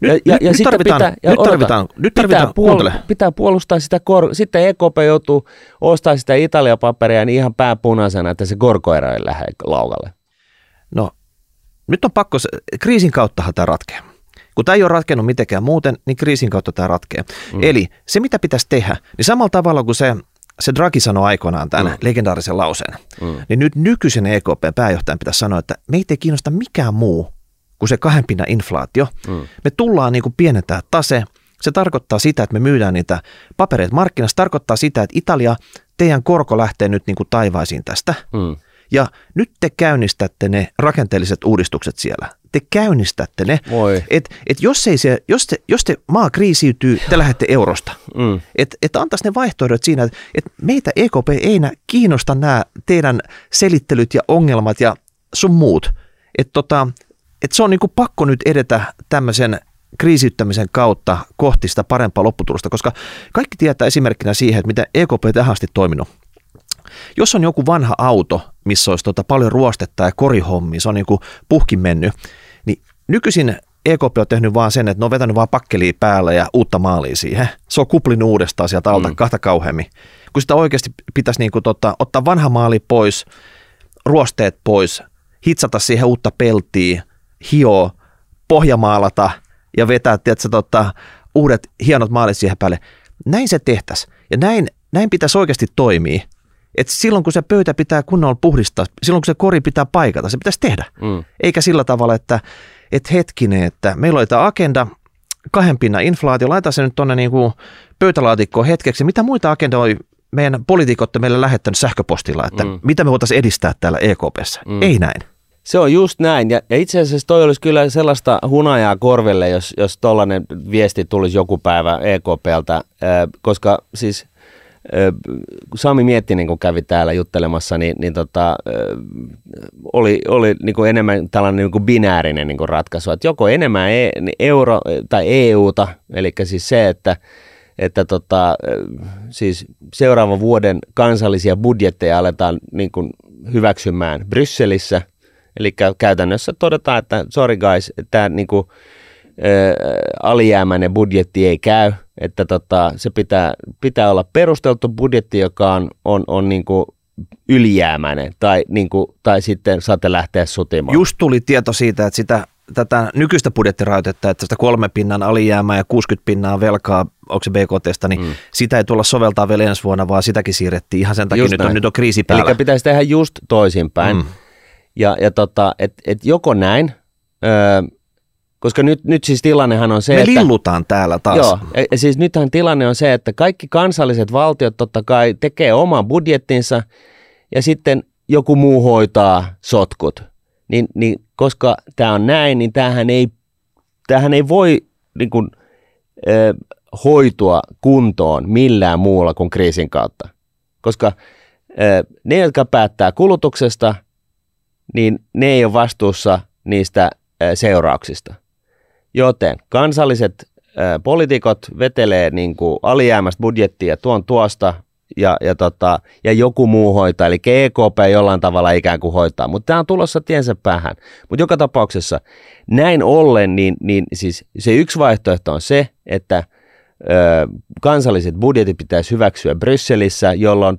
Pitää puolustaa sitä sitten EKP joutuu ostamaan sitä Italia-paperia niin ihan pääpunaisena, että se korkoero ei lähde laukalle. No, nyt on pakko, kriisin kauttahan tämä ratkeaa. Kun tämä ei ole ratkennut mitenkään muuten, niin kriisin kautta tämä ratkeaa. Eli se, mitä pitäisi tehdä, niin samalla tavalla kuin se Draghi sanoi aikoinaan tämän legendaarisen lauseen, niin nyt nykyisen EKP-pääjohtajan pitäisi sanoa, että meitä ei kiinnosta mikään muu kuin se 2% inflaatio. Me tullaan niin kuin pienentää tase. Se tarkoittaa sitä, että me myydään niitä papereita markkinassa. Se tarkoittaa sitä, että Italia, teidän korko lähtee nyt niin kuin taivaisiin tästä. Ja nyt te käynnistätte ne rakenteelliset uudistukset siellä. Te käynnistätte ne. Jos te maa kriisiytyy, te lähdette eurosta. Että antaisi ne vaihtoehdot siinä, että meitä EKP ei kiinnosta nämä teidän selittelyt ja ongelmat ja sun muut. Että se on niinku pakko nyt edetä tämmöisen kriisiyttämisen kautta kohti sitä parempaa lopputulosta, koska kaikki tietää esimerkkinä siihen, että miten EKP tähän asti toiminut. Jos on joku vanha auto, missä olisi paljon ruostetta ja korihommia, se on niin kuin puhkin mennyt, niin nykyisin EKP on tehnyt vaan sen, että ne on vetänyt vaan pakkelia päälle ja uutta maalia siihen. Se on kuplinut uudestaan sieltä alta kahta kauheammin. Kun sitä oikeasti pitäisi niin kuin ottaa vanha maali pois, ruosteet pois, hitsata siihen uutta peltiä, hioa, pohjamaalata ja vetää uudet hienot maalit siihen päälle. Näin se tehtäisiin ja näin pitäisi oikeasti toimia. Että silloin kun se pöytä pitää kunnolla puhdistaa, silloin kun se kori pitää paikata, se pitäisi tehdä. Eikä sillä tavalla, että hetkinen, että meillä oli tämä agenda, 2% inflaatio, laita se nyt tuonne niinku pöytälaatikkoon hetkeksi. Mitä muita agendoja meidän poliitikot on meille lähettänyt sähköpostilla, että mitä me voitaisiin edistää täällä EKP:ssä? Ei näin. Se on just näin, ja itse asiassa toi olisi kyllä sellaista hunajaa korville, jos tollainen viesti tulisi joku päivä EKPltä, koska siis Sami Miettinen, kun kävi täällä juttelemassa, niin oli niin kuin enemmän tällainen niin kuin binäärinen niin kuin ratkaisu, että joko enemmän euro tai EUta, eli siis se, että siis seuraavan vuoden kansallisia budjetteja aletaan niin kuin hyväksymään Brysselissä, eli käytännössä todetaan, että sorry guys, tämä niin kuin alijäämäinen budjetti ei käy, että se pitää olla perusteltu budjetti, joka on niin kuin ylijäämäinen tai sitten saatte lähteä sotimaan. Just tuli tieto siitä, että tätä nykyistä budjettirajoitetta, että sitä 3% alijäämää ja 60% velkaa, onko se BKT:stä, niin sitä ei tulla soveltaa vielä ensi vuonna, vaan sitäkin siirrettiin ihan sen takia, nyt on kriisi päällä. Eli pitäisi tehdä just toisinpäin. Ja et joko näin, koska nyt siis tilannehan on se, me lillutaan täällä taas. Joo, siis nythän tilanne on se, että kaikki kansalliset valtiot totta kai tekee oman budjettinsa ja sitten joku muu hoitaa sotkut. Niin koska tämä on näin, niin tämähän ei voi niin kuin, hoitua kuntoon millään muulla kuin kriisin kautta. Koska ne, jotka päättää kulutuksesta, niin ne ei ole vastuussa niistä seurauksista. Joten kansalliset poliitikot vetelee niin kuin alijäämästä budjettia tuosta ja joku muu hoitaa, eli EKP jollain tavalla ikään kuin hoitaa, mutta tämä on tulossa tiensä päähän. Mutta joka tapauksessa näin ollen, niin siis se yksi vaihtoehto on se, että kansalliset budjetit pitäisi hyväksyä Brysselissä, jolloin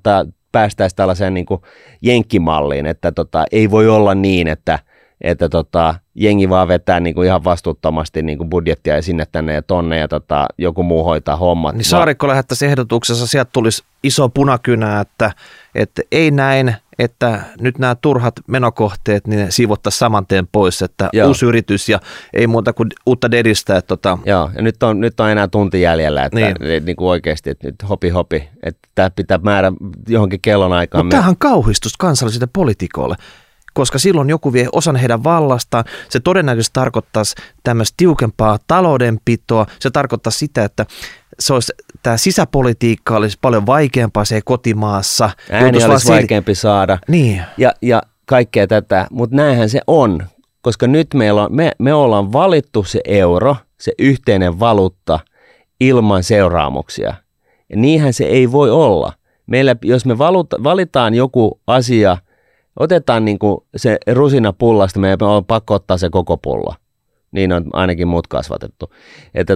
päästäisiin tällaiseen niin kuin jenkkimalliin, että ei voi olla niin, että jengi vaan vetää niin kuin ihan vastuuttomasti niin kuin budjettia ja sinne tänne ja tonne ja joku muu hoitaa hommat. Niin Saarikko lähettäisi ehdotuksessa, sieltä tulisi iso punakynä, että ei näin, että nyt nämä turhat menokohteet, niin ne siivottaisiin saman tien pois, että uusi yritys ja ei muuta kuin uutta dedistä. Joo, ja nyt on enää tunti jäljellä, että niin kuin oikeasti, että nyt hopi, että tämä pitää määrä johonkin kellonaikaan. Mutta tämähän on kauhistus kansallisille poliitikoille. Koska silloin joku vie osan heidän vallastaan, se todennäköisesti tarkoittaisi tämmöistä tiukempaa taloudenpitoa, se tarkoittaa sitä, että tämä sisäpolitiikka olisi paljon vaikeampaa se kotimaassa. Ääni olisi vaikeampi saada niin. ja kaikkea tätä, mutta näinhän se on, koska nyt me ollaan valittu se euro, se yhteinen valuutta ilman seuraamuksia ja niinhän se ei voi olla. Meillä, jos me valitaan joku asia, otetaan niin kuin se rusina pullasta, meidän on pakko ottaa se koko pulla. Niin on ainakin muut kasvatettu. Että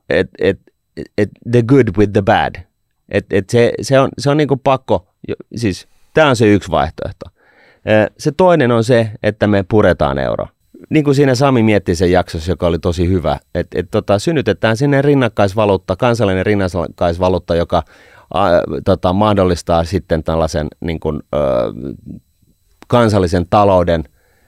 the good with the bad. Se on niin kuin pakko, siis tämä on se yksi vaihtoehto. Se toinen on se, että me puretaan euro. Niin kuin siinä Sami mietti sen jaksossa, joka oli tosi hyvä, että synnytetään sinne rinnakkaisvaluutta, kansallinen rinnakkaisvaluutta, joka mahdollistaa sitten tällaisen niin kuin, kansallisen talouden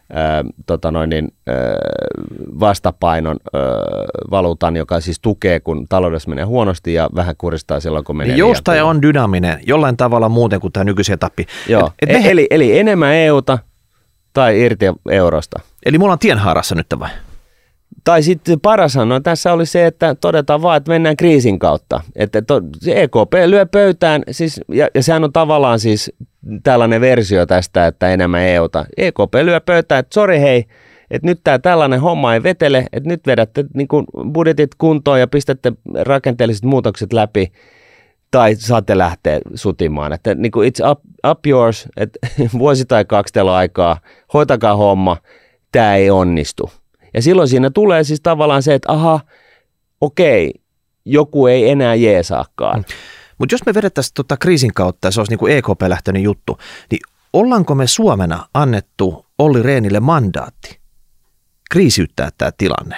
vastapainon valuutan, joka siis tukee, kun taloudessa menee huonosti ja vähän kuristaa silloin, kun menee joustaja on dynaaminen jollain tavalla muuten kuin tämä nykyisen etappi. Joo, eli enemmän EUta tai irti eurosta. Eli me ollaan tienhaarassa nyt vai? Tai sitten paras sanoa tässä oli se, että todetaan vaan, että mennään kriisin kautta. Että se EKP lyö pöytään, siis, ja sehän on tavallaan siis tällainen versio tästä, että enemmän EUta. EKP lyö pöytään, että sori hei, että nyt tällainen homma ei vetele, että nyt vedätte niin kuin budjetit kuntoon ja pistätte rakenteelliset muutokset läpi, tai saatte lähteä sutimaan. Että niin kuin it's up yours, että vuosi tai 2 teillä on aikaa, hoitakaa homma, tämä ei onnistu. Ja silloin siinä tulee siis tavallaan se, että okei, joku ei enää jeesaakaan. Mutta jos me vedettäisiin kriisin kautta ja se olisi niin kuin EKP-lähtöinen juttu, niin ollaanko me Suomena annettu Olli Rehnille mandaatti kriisiyttää tämä tilanne?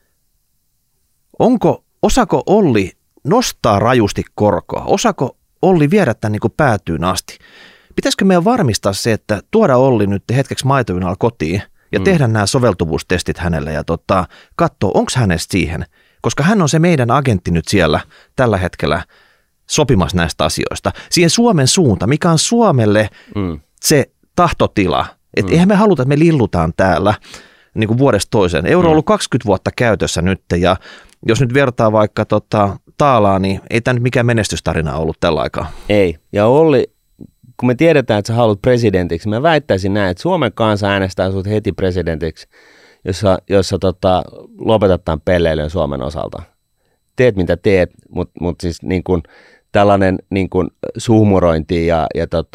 Osaako Olli nostaa rajusti korkoa? Osaako Olli viedä tämän niin kuin päätyyn asti? Pitäisikö meidän varmistaa se, että tuoda Olli nyt hetkeksi maitojunalla kotiin ja tehdä nämä soveltuvuustestit hänelle ja katsoa, onko hänestä siihen, koska hän on se meidän agentti nyt siellä tällä hetkellä sopimassa näistä asioista. Siihen Suomen suunta, mikä on Suomelle se tahtotila, että eihän me haluta, että me lillutaan täällä niin kuin vuodesta toiseen. Euro on ollut 20 vuotta käytössä nyt ja jos nyt vertaa vaikka taalaa, niin ei tämä nyt mikään menestystarina ollut tällä aikaa. Ei, ja Olli, kun me tiedetään, että sä haluat presidentiksi, mä väittäisin näin, että Suomen kansa äänestää sut heti presidentiksi, jossa lopetat tämän pelleilyn Suomen osalta. Teet mitä teet, mutta siis niin kuin tällainen niin kuin suhmurointi ja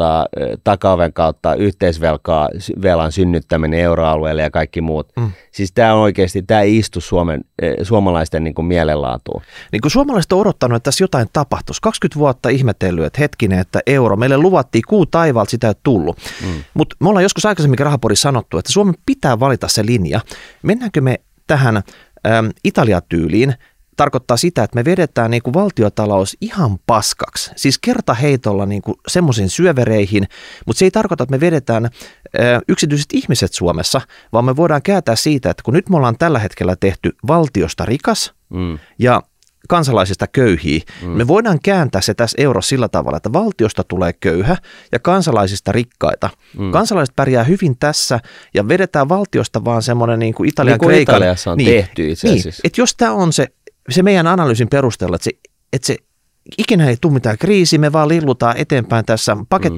takaoven kautta yhteisvelan synnyttäminen euroalueelle ja kaikki muut. Siis tämä on oikeasti, tämä ei istu suomalaisten niin kuin mielenlaatuun. Niin kuin suomalaiset on odottanut, että tässä jotain tapahtuisi. 20 vuotta ihmetellyt, että hetkinen, että euro. Meille luvattiin kuu taivaalta, sitä ei tullut. Mutta me ollaan joskus aikaisemmin Rahapodissa sanottu, että Suomen pitää valita se linja. Mennäänkö me tähän Italia-tyyliin? Tarkoittaa sitä, että me vedetään niin kuin valtiotalous ihan paskaksi, siis kertaheitolla niin kuin semmoisiin syövereihin, mutta se ei tarkoita, että me vedetään yksityiset ihmiset Suomessa, vaan me voidaan kääntää siitä, että kun nyt me ollaan tällä hetkellä tehty valtiosta rikas ja kansalaisista köyhiä, me voidaan kääntää se tässä eurossa sillä tavalla, että valtiosta tulee köyhä ja kansalaisista rikkaita. Kansalaiset pärjää hyvin tässä ja vedetään valtiosta vaan semmoinen niin kuin Italian Kreikan. Italiassa on tehty itse asiassa. Niin, että jos tämä on se meidän analyysin perusteella, että se ikinä ei tule mitään kriisiä, me vaan lillutaan eteenpäin tässä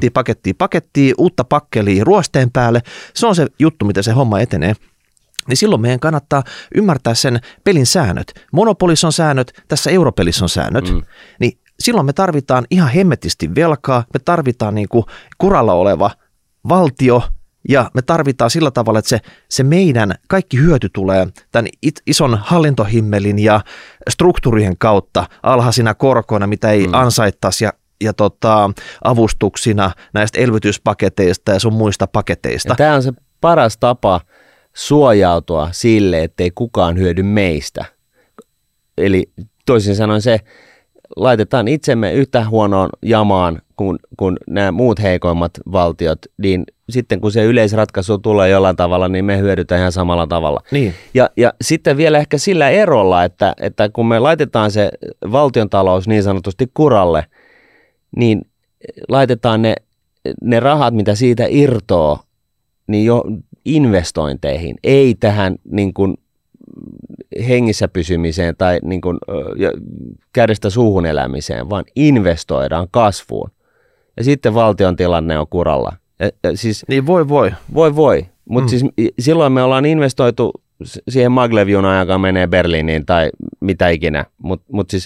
pakettia, uutta pakkelia ruosteen päälle. Se on se juttu, miten se homma etenee. Niin silloin meidän kannattaa ymmärtää sen pelin säännöt. Monopolissa on säännöt, tässä europelissä on säännöt. Niin silloin me tarvitaan ihan hemmetisti velkaa, me tarvitaan niin kuin kuralla oleva valtio, ja me tarvitaan sillä tavalla, että se meidän kaikki hyöty tulee tämän ison hallintohimmelin ja struktuurien kautta alhaisina korkoina, mitä ei ansaittaisi ja avustuksina näistä elvytyspaketeista ja sun muista paketeista. Tämä on se paras tapa suojautua sille, ettei kukaan hyödy meistä. Eli toisin sanoen se, laitetaan itsemme yhtä huonoon jamaan kuin nämä muut heikoimmat valtiot, niin sitten kun se yleisratkaisu tulee jollain tavalla, niin me hyödytään ihan samalla tavalla. Niin. Ja sitten vielä ehkä sillä erolla, että kun me laitetaan se valtiontalous niin sanotusti kuralle, niin laitetaan ne rahat, mitä siitä irtoaa, niin jo investointeihin, ei tähän niin kuin hengissä pysymiseen tai niin kuin kädestä suuhun elämiseen, vaan investoidaan kasvuun. Ja sitten valtion tilanne on kuralla. Ja siis, niin voi. Mutta siis silloin me ollaan investoitu siihen Maglev-junaan, joka menee Berliiniin tai mitä ikinä. Mutta siis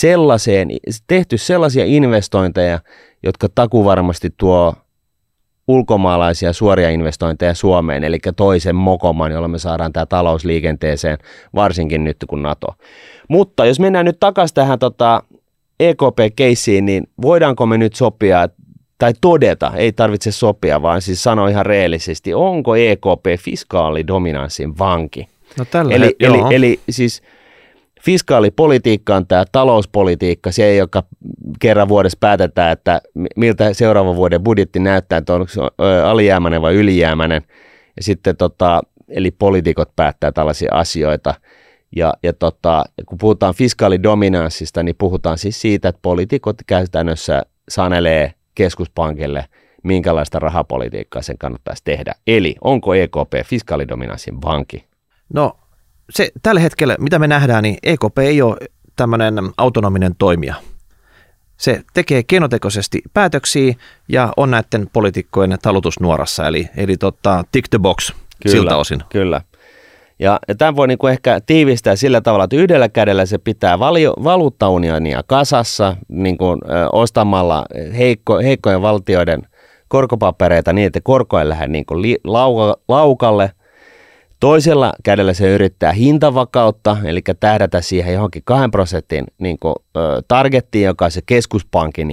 tehty sellaisia investointeja, jotka takuvarmasti tuo ulkomaalaisia suoria investointeja Suomeen, eli toisen mokoman, jolla me saadaan tämä talous liikenteeseen, varsinkin nyt kun NATO. Mutta jos mennään nyt takaisin tähän EKP-keissiin, niin voidaanko me nyt sopia, tai todeta, ei tarvitse sopia, vaan siis sanoa ihan reellisesti, onko EKP fiskaalidominanssin vanki? No eli siis fiskaalipolitiikka on tämä talouspolitiikka, se, joka kerran vuodessa päätetään, että miltä seuraavan vuoden budjetti näyttää, että onko se alijäämäinen vai ylijäämäinen. Ja sitten eli poliitikot päättää tällaisia asioita. Ja kun puhutaan fiskaalidominanssista, niin puhutaan siis siitä, että poliitikot käytännössä sanelee keskuspankille, minkälaista rahapolitiikkaa sen kannattaisi tehdä. Eli onko EKP fiskaalidominanssin vanki? No tällä hetkellä, mitä me nähdään, niin EKP ei ole tämmöinen autonominen toimija. Se tekee keinotekoisesti päätöksiä ja on näiden poliitikkojen talutusnuorassa, eli tick the box siltä osin. Kyllä. Ja tämän voi niinku ehkä tiivistää sillä tavalla, että yhdellä kädellä se pitää valuuttaunionia kasassa ostamalla heikkojen valtioiden korkopapereita niin, että korko ei lähde laukalle. Toisella kädellä se yrittää hintavakautta, eli tähdätä siihen johonkin 2% targettiin, joka on se keskuspankin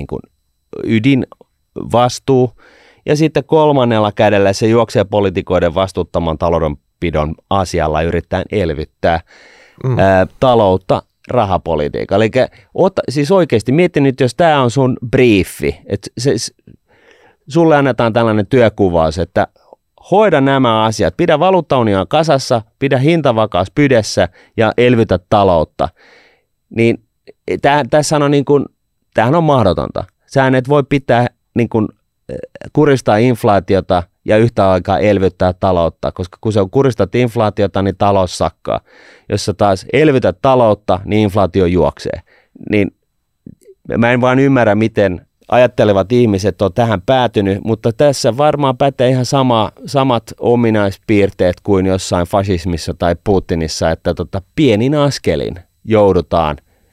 ydinvastuu. Ja sitten kolmannella kädellä se juoksee poliitikoiden vastuuttaman taloudenpidon asialla yrittää elvyttää taloutta rahapolitiikalla. Eli siis oikeasti mieti nyt, jos tämä on sun briefi, että sulle annetaan tällainen työkuvaus, että hoida nämä asiat, pidä valuuttaunion kasassa, pidä hintavakaus pydessä ja elvytä taloutta. Niin tässä on tämähän on mahdotonta. Sähän et voi pitää kuristaa inflaatiota ja yhtä aikaa elvyttää taloutta, koska kun sä kuristat inflaatiota, niin talous sakkaa. Jos sä taas elvytät taloutta, niin inflaatio juoksee. Niin mä en vaan ymmärrä, miten ajattelevat ihmiset on tähän päätynyt, mutta tässä varmaan pätee ihan samat ominaispiirteet kuin jossain fasismissa tai Putinissa, että pienin askelin joudutaan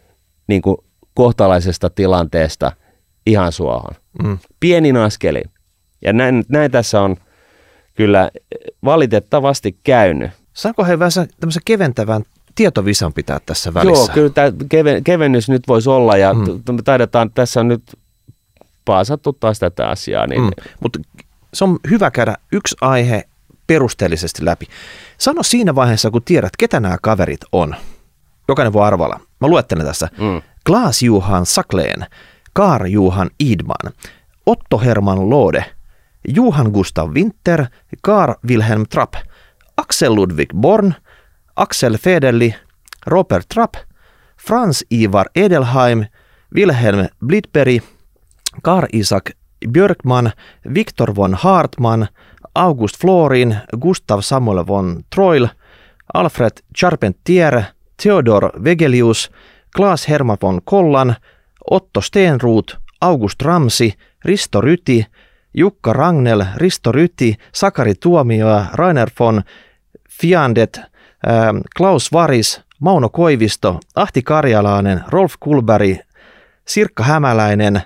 kohtalaisesta tilanteesta ihan suohon. Pienin askelin. Ja näin tässä on kyllä valitettavasti käynyt. Saanko he vähän tämmöisen keventävän tietovisan pitää tässä välissä? Joo, kyllä tämä kevennys nyt voisi olla ja taidetaan, tässä on nyt paasattu taas tätä asiaa. Niin mutta se on hyvä käydä yksi aihe perusteellisesti läpi. Sano siinä vaiheessa, kun tiedät, ketä nämä kaverit on. Jokainen voi arvalla. Mä luettelen tässä. Claes-Johan Sacklén, Carl-Johan Idman, Otto Hermann Lode, Johan Gustav Winter, Carl Wilhelm Trapp, Axel Ludwig Born, Axel Federli, Robert Trapp, Franz Ivar Edelheim, Wilhelm Blidberg, Karl Isaac Björkman, Viktor von Hartmann, August Florin, Gustav Samuel von Troil, Alfred Charpentier, Theodor Vegelius, Claes Hermann von Kollan, Otto Stenroth, August Ramsi, Risto Ryti, Jukka Ragnell, Risto Ryti, Sakari Tuomioja, Rainer von Fiandet, Klaus Varis, Mauno Koivisto, Ahti Karjalainen, Rolf Kulberg, Sirkka Hämäläinen,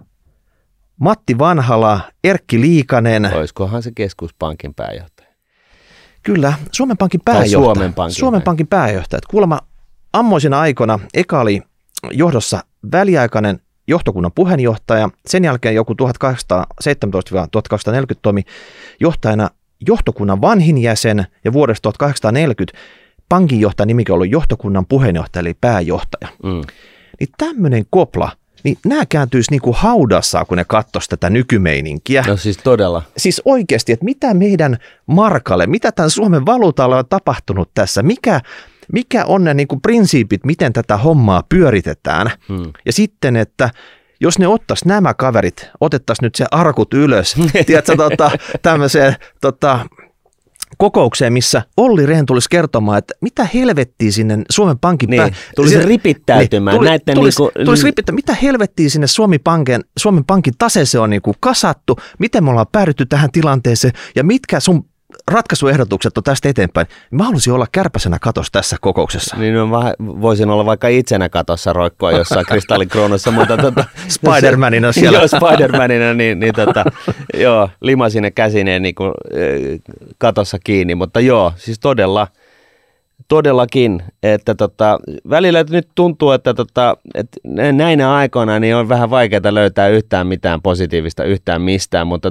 Matti Vanhala, Erkki Liikanen. Olisikohan se keskuspankin pääjohtaja? Kyllä, Suomen Pankin pääjohtaja. Suomen Pankin pääjohtaja. Kuulemma ammoisina aikoina eka oli johdossa väliaikainen johtokunnan puheenjohtaja. Sen jälkeen joku 1817-1840 toimi johtajana johtokunnan vanhin jäsen ja vuodesta 1840 pankinjohtajan nimikin on ollut johtokunnan puheenjohtaja eli pääjohtaja. Niin tämmöinen kopla, niin nämä kääntyisi niin kuin haudassa, kun ne katsoisi tätä nykymeininkiä. No siis todella. Siis oikeasti, että mitä meidän markalle, mitä tämän Suomen valuutalle on tapahtunut tässä, mikä on ne niin kuin prinsiipit, miten tätä hommaa pyöritetään. Ja sitten, että jos ne ottaisi nämä kaverit, otettaisiin nyt se arkut ylös, tiedätkö, tämmöiseen kokoukseen, missä Olli Rehn tulisi kertomaan, että mitä helvettiä sinne Suomen Pankin tulisi ripittäytymään. Tulisi ripittäytymään, mitä helvettiä sinne Suomen Pankin taseeseen on niin kuin kasattu, miten me ollaan päädytty tähän tilanteeseen ja mitkä sun ratkaisuehdotukset on tästä eteenpäin. Mä haluaisin olla kärpäsenä katossa tässä kokouksessa. Niin voisin olla vaikka itsenä katossa roikkoa jossain kristallikruunussa, mutta Spider-Manina siellä. Joo, Spider-Manina, niin joo, limasine käsineen niin kuin katossa kiinni, mutta joo, siis todellakin, että välillä nyt tuntuu, että näinä aikoina niin on vähän vaikeaa löytää yhtään mitään positiivista yhtään mistään, mutta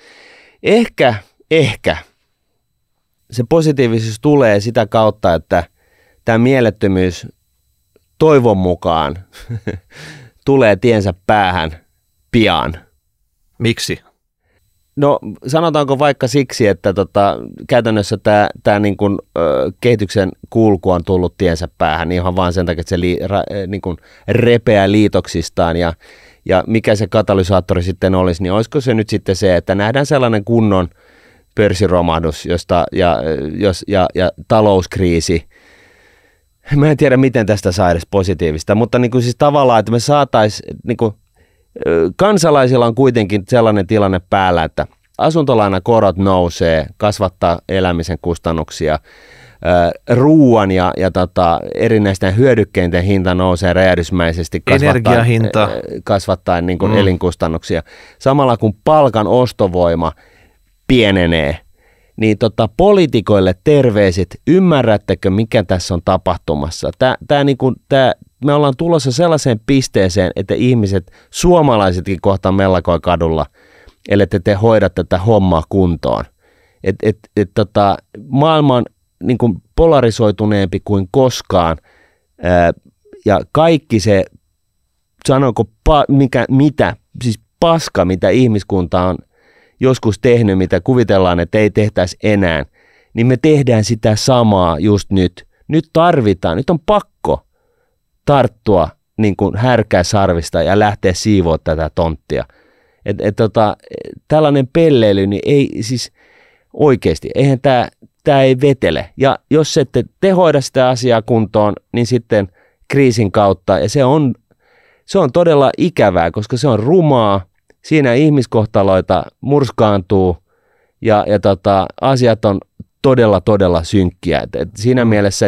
ehkä se positiivisuus tulee sitä kautta, että tämä mielettömyys toivon mukaan tulee tiensä päähän pian. Miksi? No sanotaanko vaikka siksi, että käytännössä tämä niin kuin, kehityksen kulku on tullut tiensä päähän ihan vaan sen takia, että se niin kuin repeää liitoksistaan ja mikä se katalysaattori sitten olisi, niin olisiko se nyt sitten se, että nähdään sellainen kunnon pörssiromahdus ja talouskriisi. Mä en tiedä, miten tästä saa edes positiivista, mutta niin kuin siis tavallaan, että me saataisiin, niin kuin, kansalaisilla on kuitenkin sellainen tilanne päällä, että asuntolainakorot nousee, kasvattaa elämisen kustannuksia, ruuan ja erinäisten hyödykkeiden hinta nousee räjähdysmäisesti, kasvattaa niin kuin elinkustannuksia. Samalla kun palkan ostovoima pienenee, niin poliitikoille terveiset, ymmärrättekö mikä tässä on tapahtumassa? Me ollaan tulossa sellaiseen pisteeseen, että ihmiset, suomalaisetkin kohta mellakoi kadulla, ellei te hoida tätä hommaa kuntoon. Maailma on niin kuin polarisoituneempi kuin koskaan, ja kaikki se, sanonko siis paska, mitä ihmiskunta on joskus tehnyt, mitä kuvitellaan, että ei tehtäisi enää, niin me tehdään sitä samaa just nyt. Nyt on pakko tarttua niin kuin härkää sarvista ja lähteä siivoa tätä tonttia. Tällainen pelleily, niin ei siis oikeasti, eihän tämä ei vetele. Ja jos ette te hoida sitä asiaa kuntoon, niin sitten kriisin kautta, ja se on todella ikävää, koska se on rumaa, siinä ihmiskohtaloita murskaantuu ja asiat on todella synkkiä. Et siinä mielessä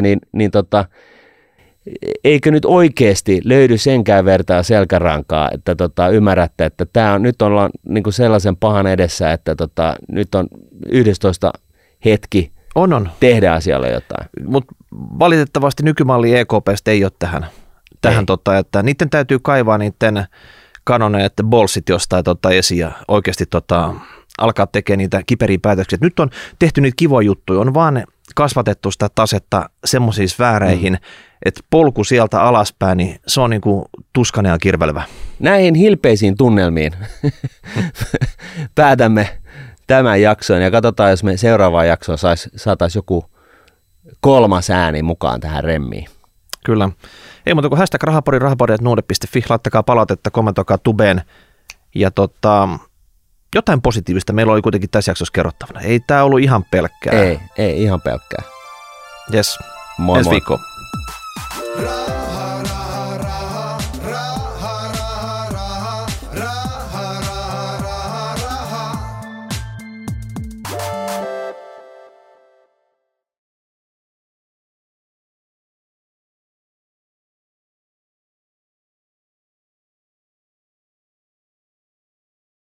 eikö nyt oikeasti löydy senkään vertaa selkärankaa, että ymmärrätte, että nyt ollaan niin kuin sellaisen pahan edessä, että nyt on 11 hetki tehdä asialle jotain. Mutta valitettavasti nykymalli EKP:stä ei ole tähän että niiden täytyy kaivaa niiden kanoneet bolsit jostain esiin ja oikeasti alkaa tekemään niitä kiperiä päätöksiä. Nyt on tehty niitä kivoja juttuja, on vaan kasvatettu sitä tasetta semmoisiin sfääreihin, että polku sieltä alaspäin, niin se on niin kuin tuskainen ja kirvelevä. Näihin hilpeisiin tunnelmiin päätämme tämän jakson ja katsotaan, jos me seuraavaan jaksoon saataisiin joku kolmas ääni mukaan tähän remmiin. Kyllä. Ei muuta kuin #rahapori@nuude.fi, laittakaa palautetta, kommentoikaa tubeen ja jotain positiivista meillä oli kuitenkin tässä jaksossa kerrottavana. Ei tämä ollut ihan pelkkää. Ei ihan pelkkää. Yes. Moi ensi moi. viikkoon.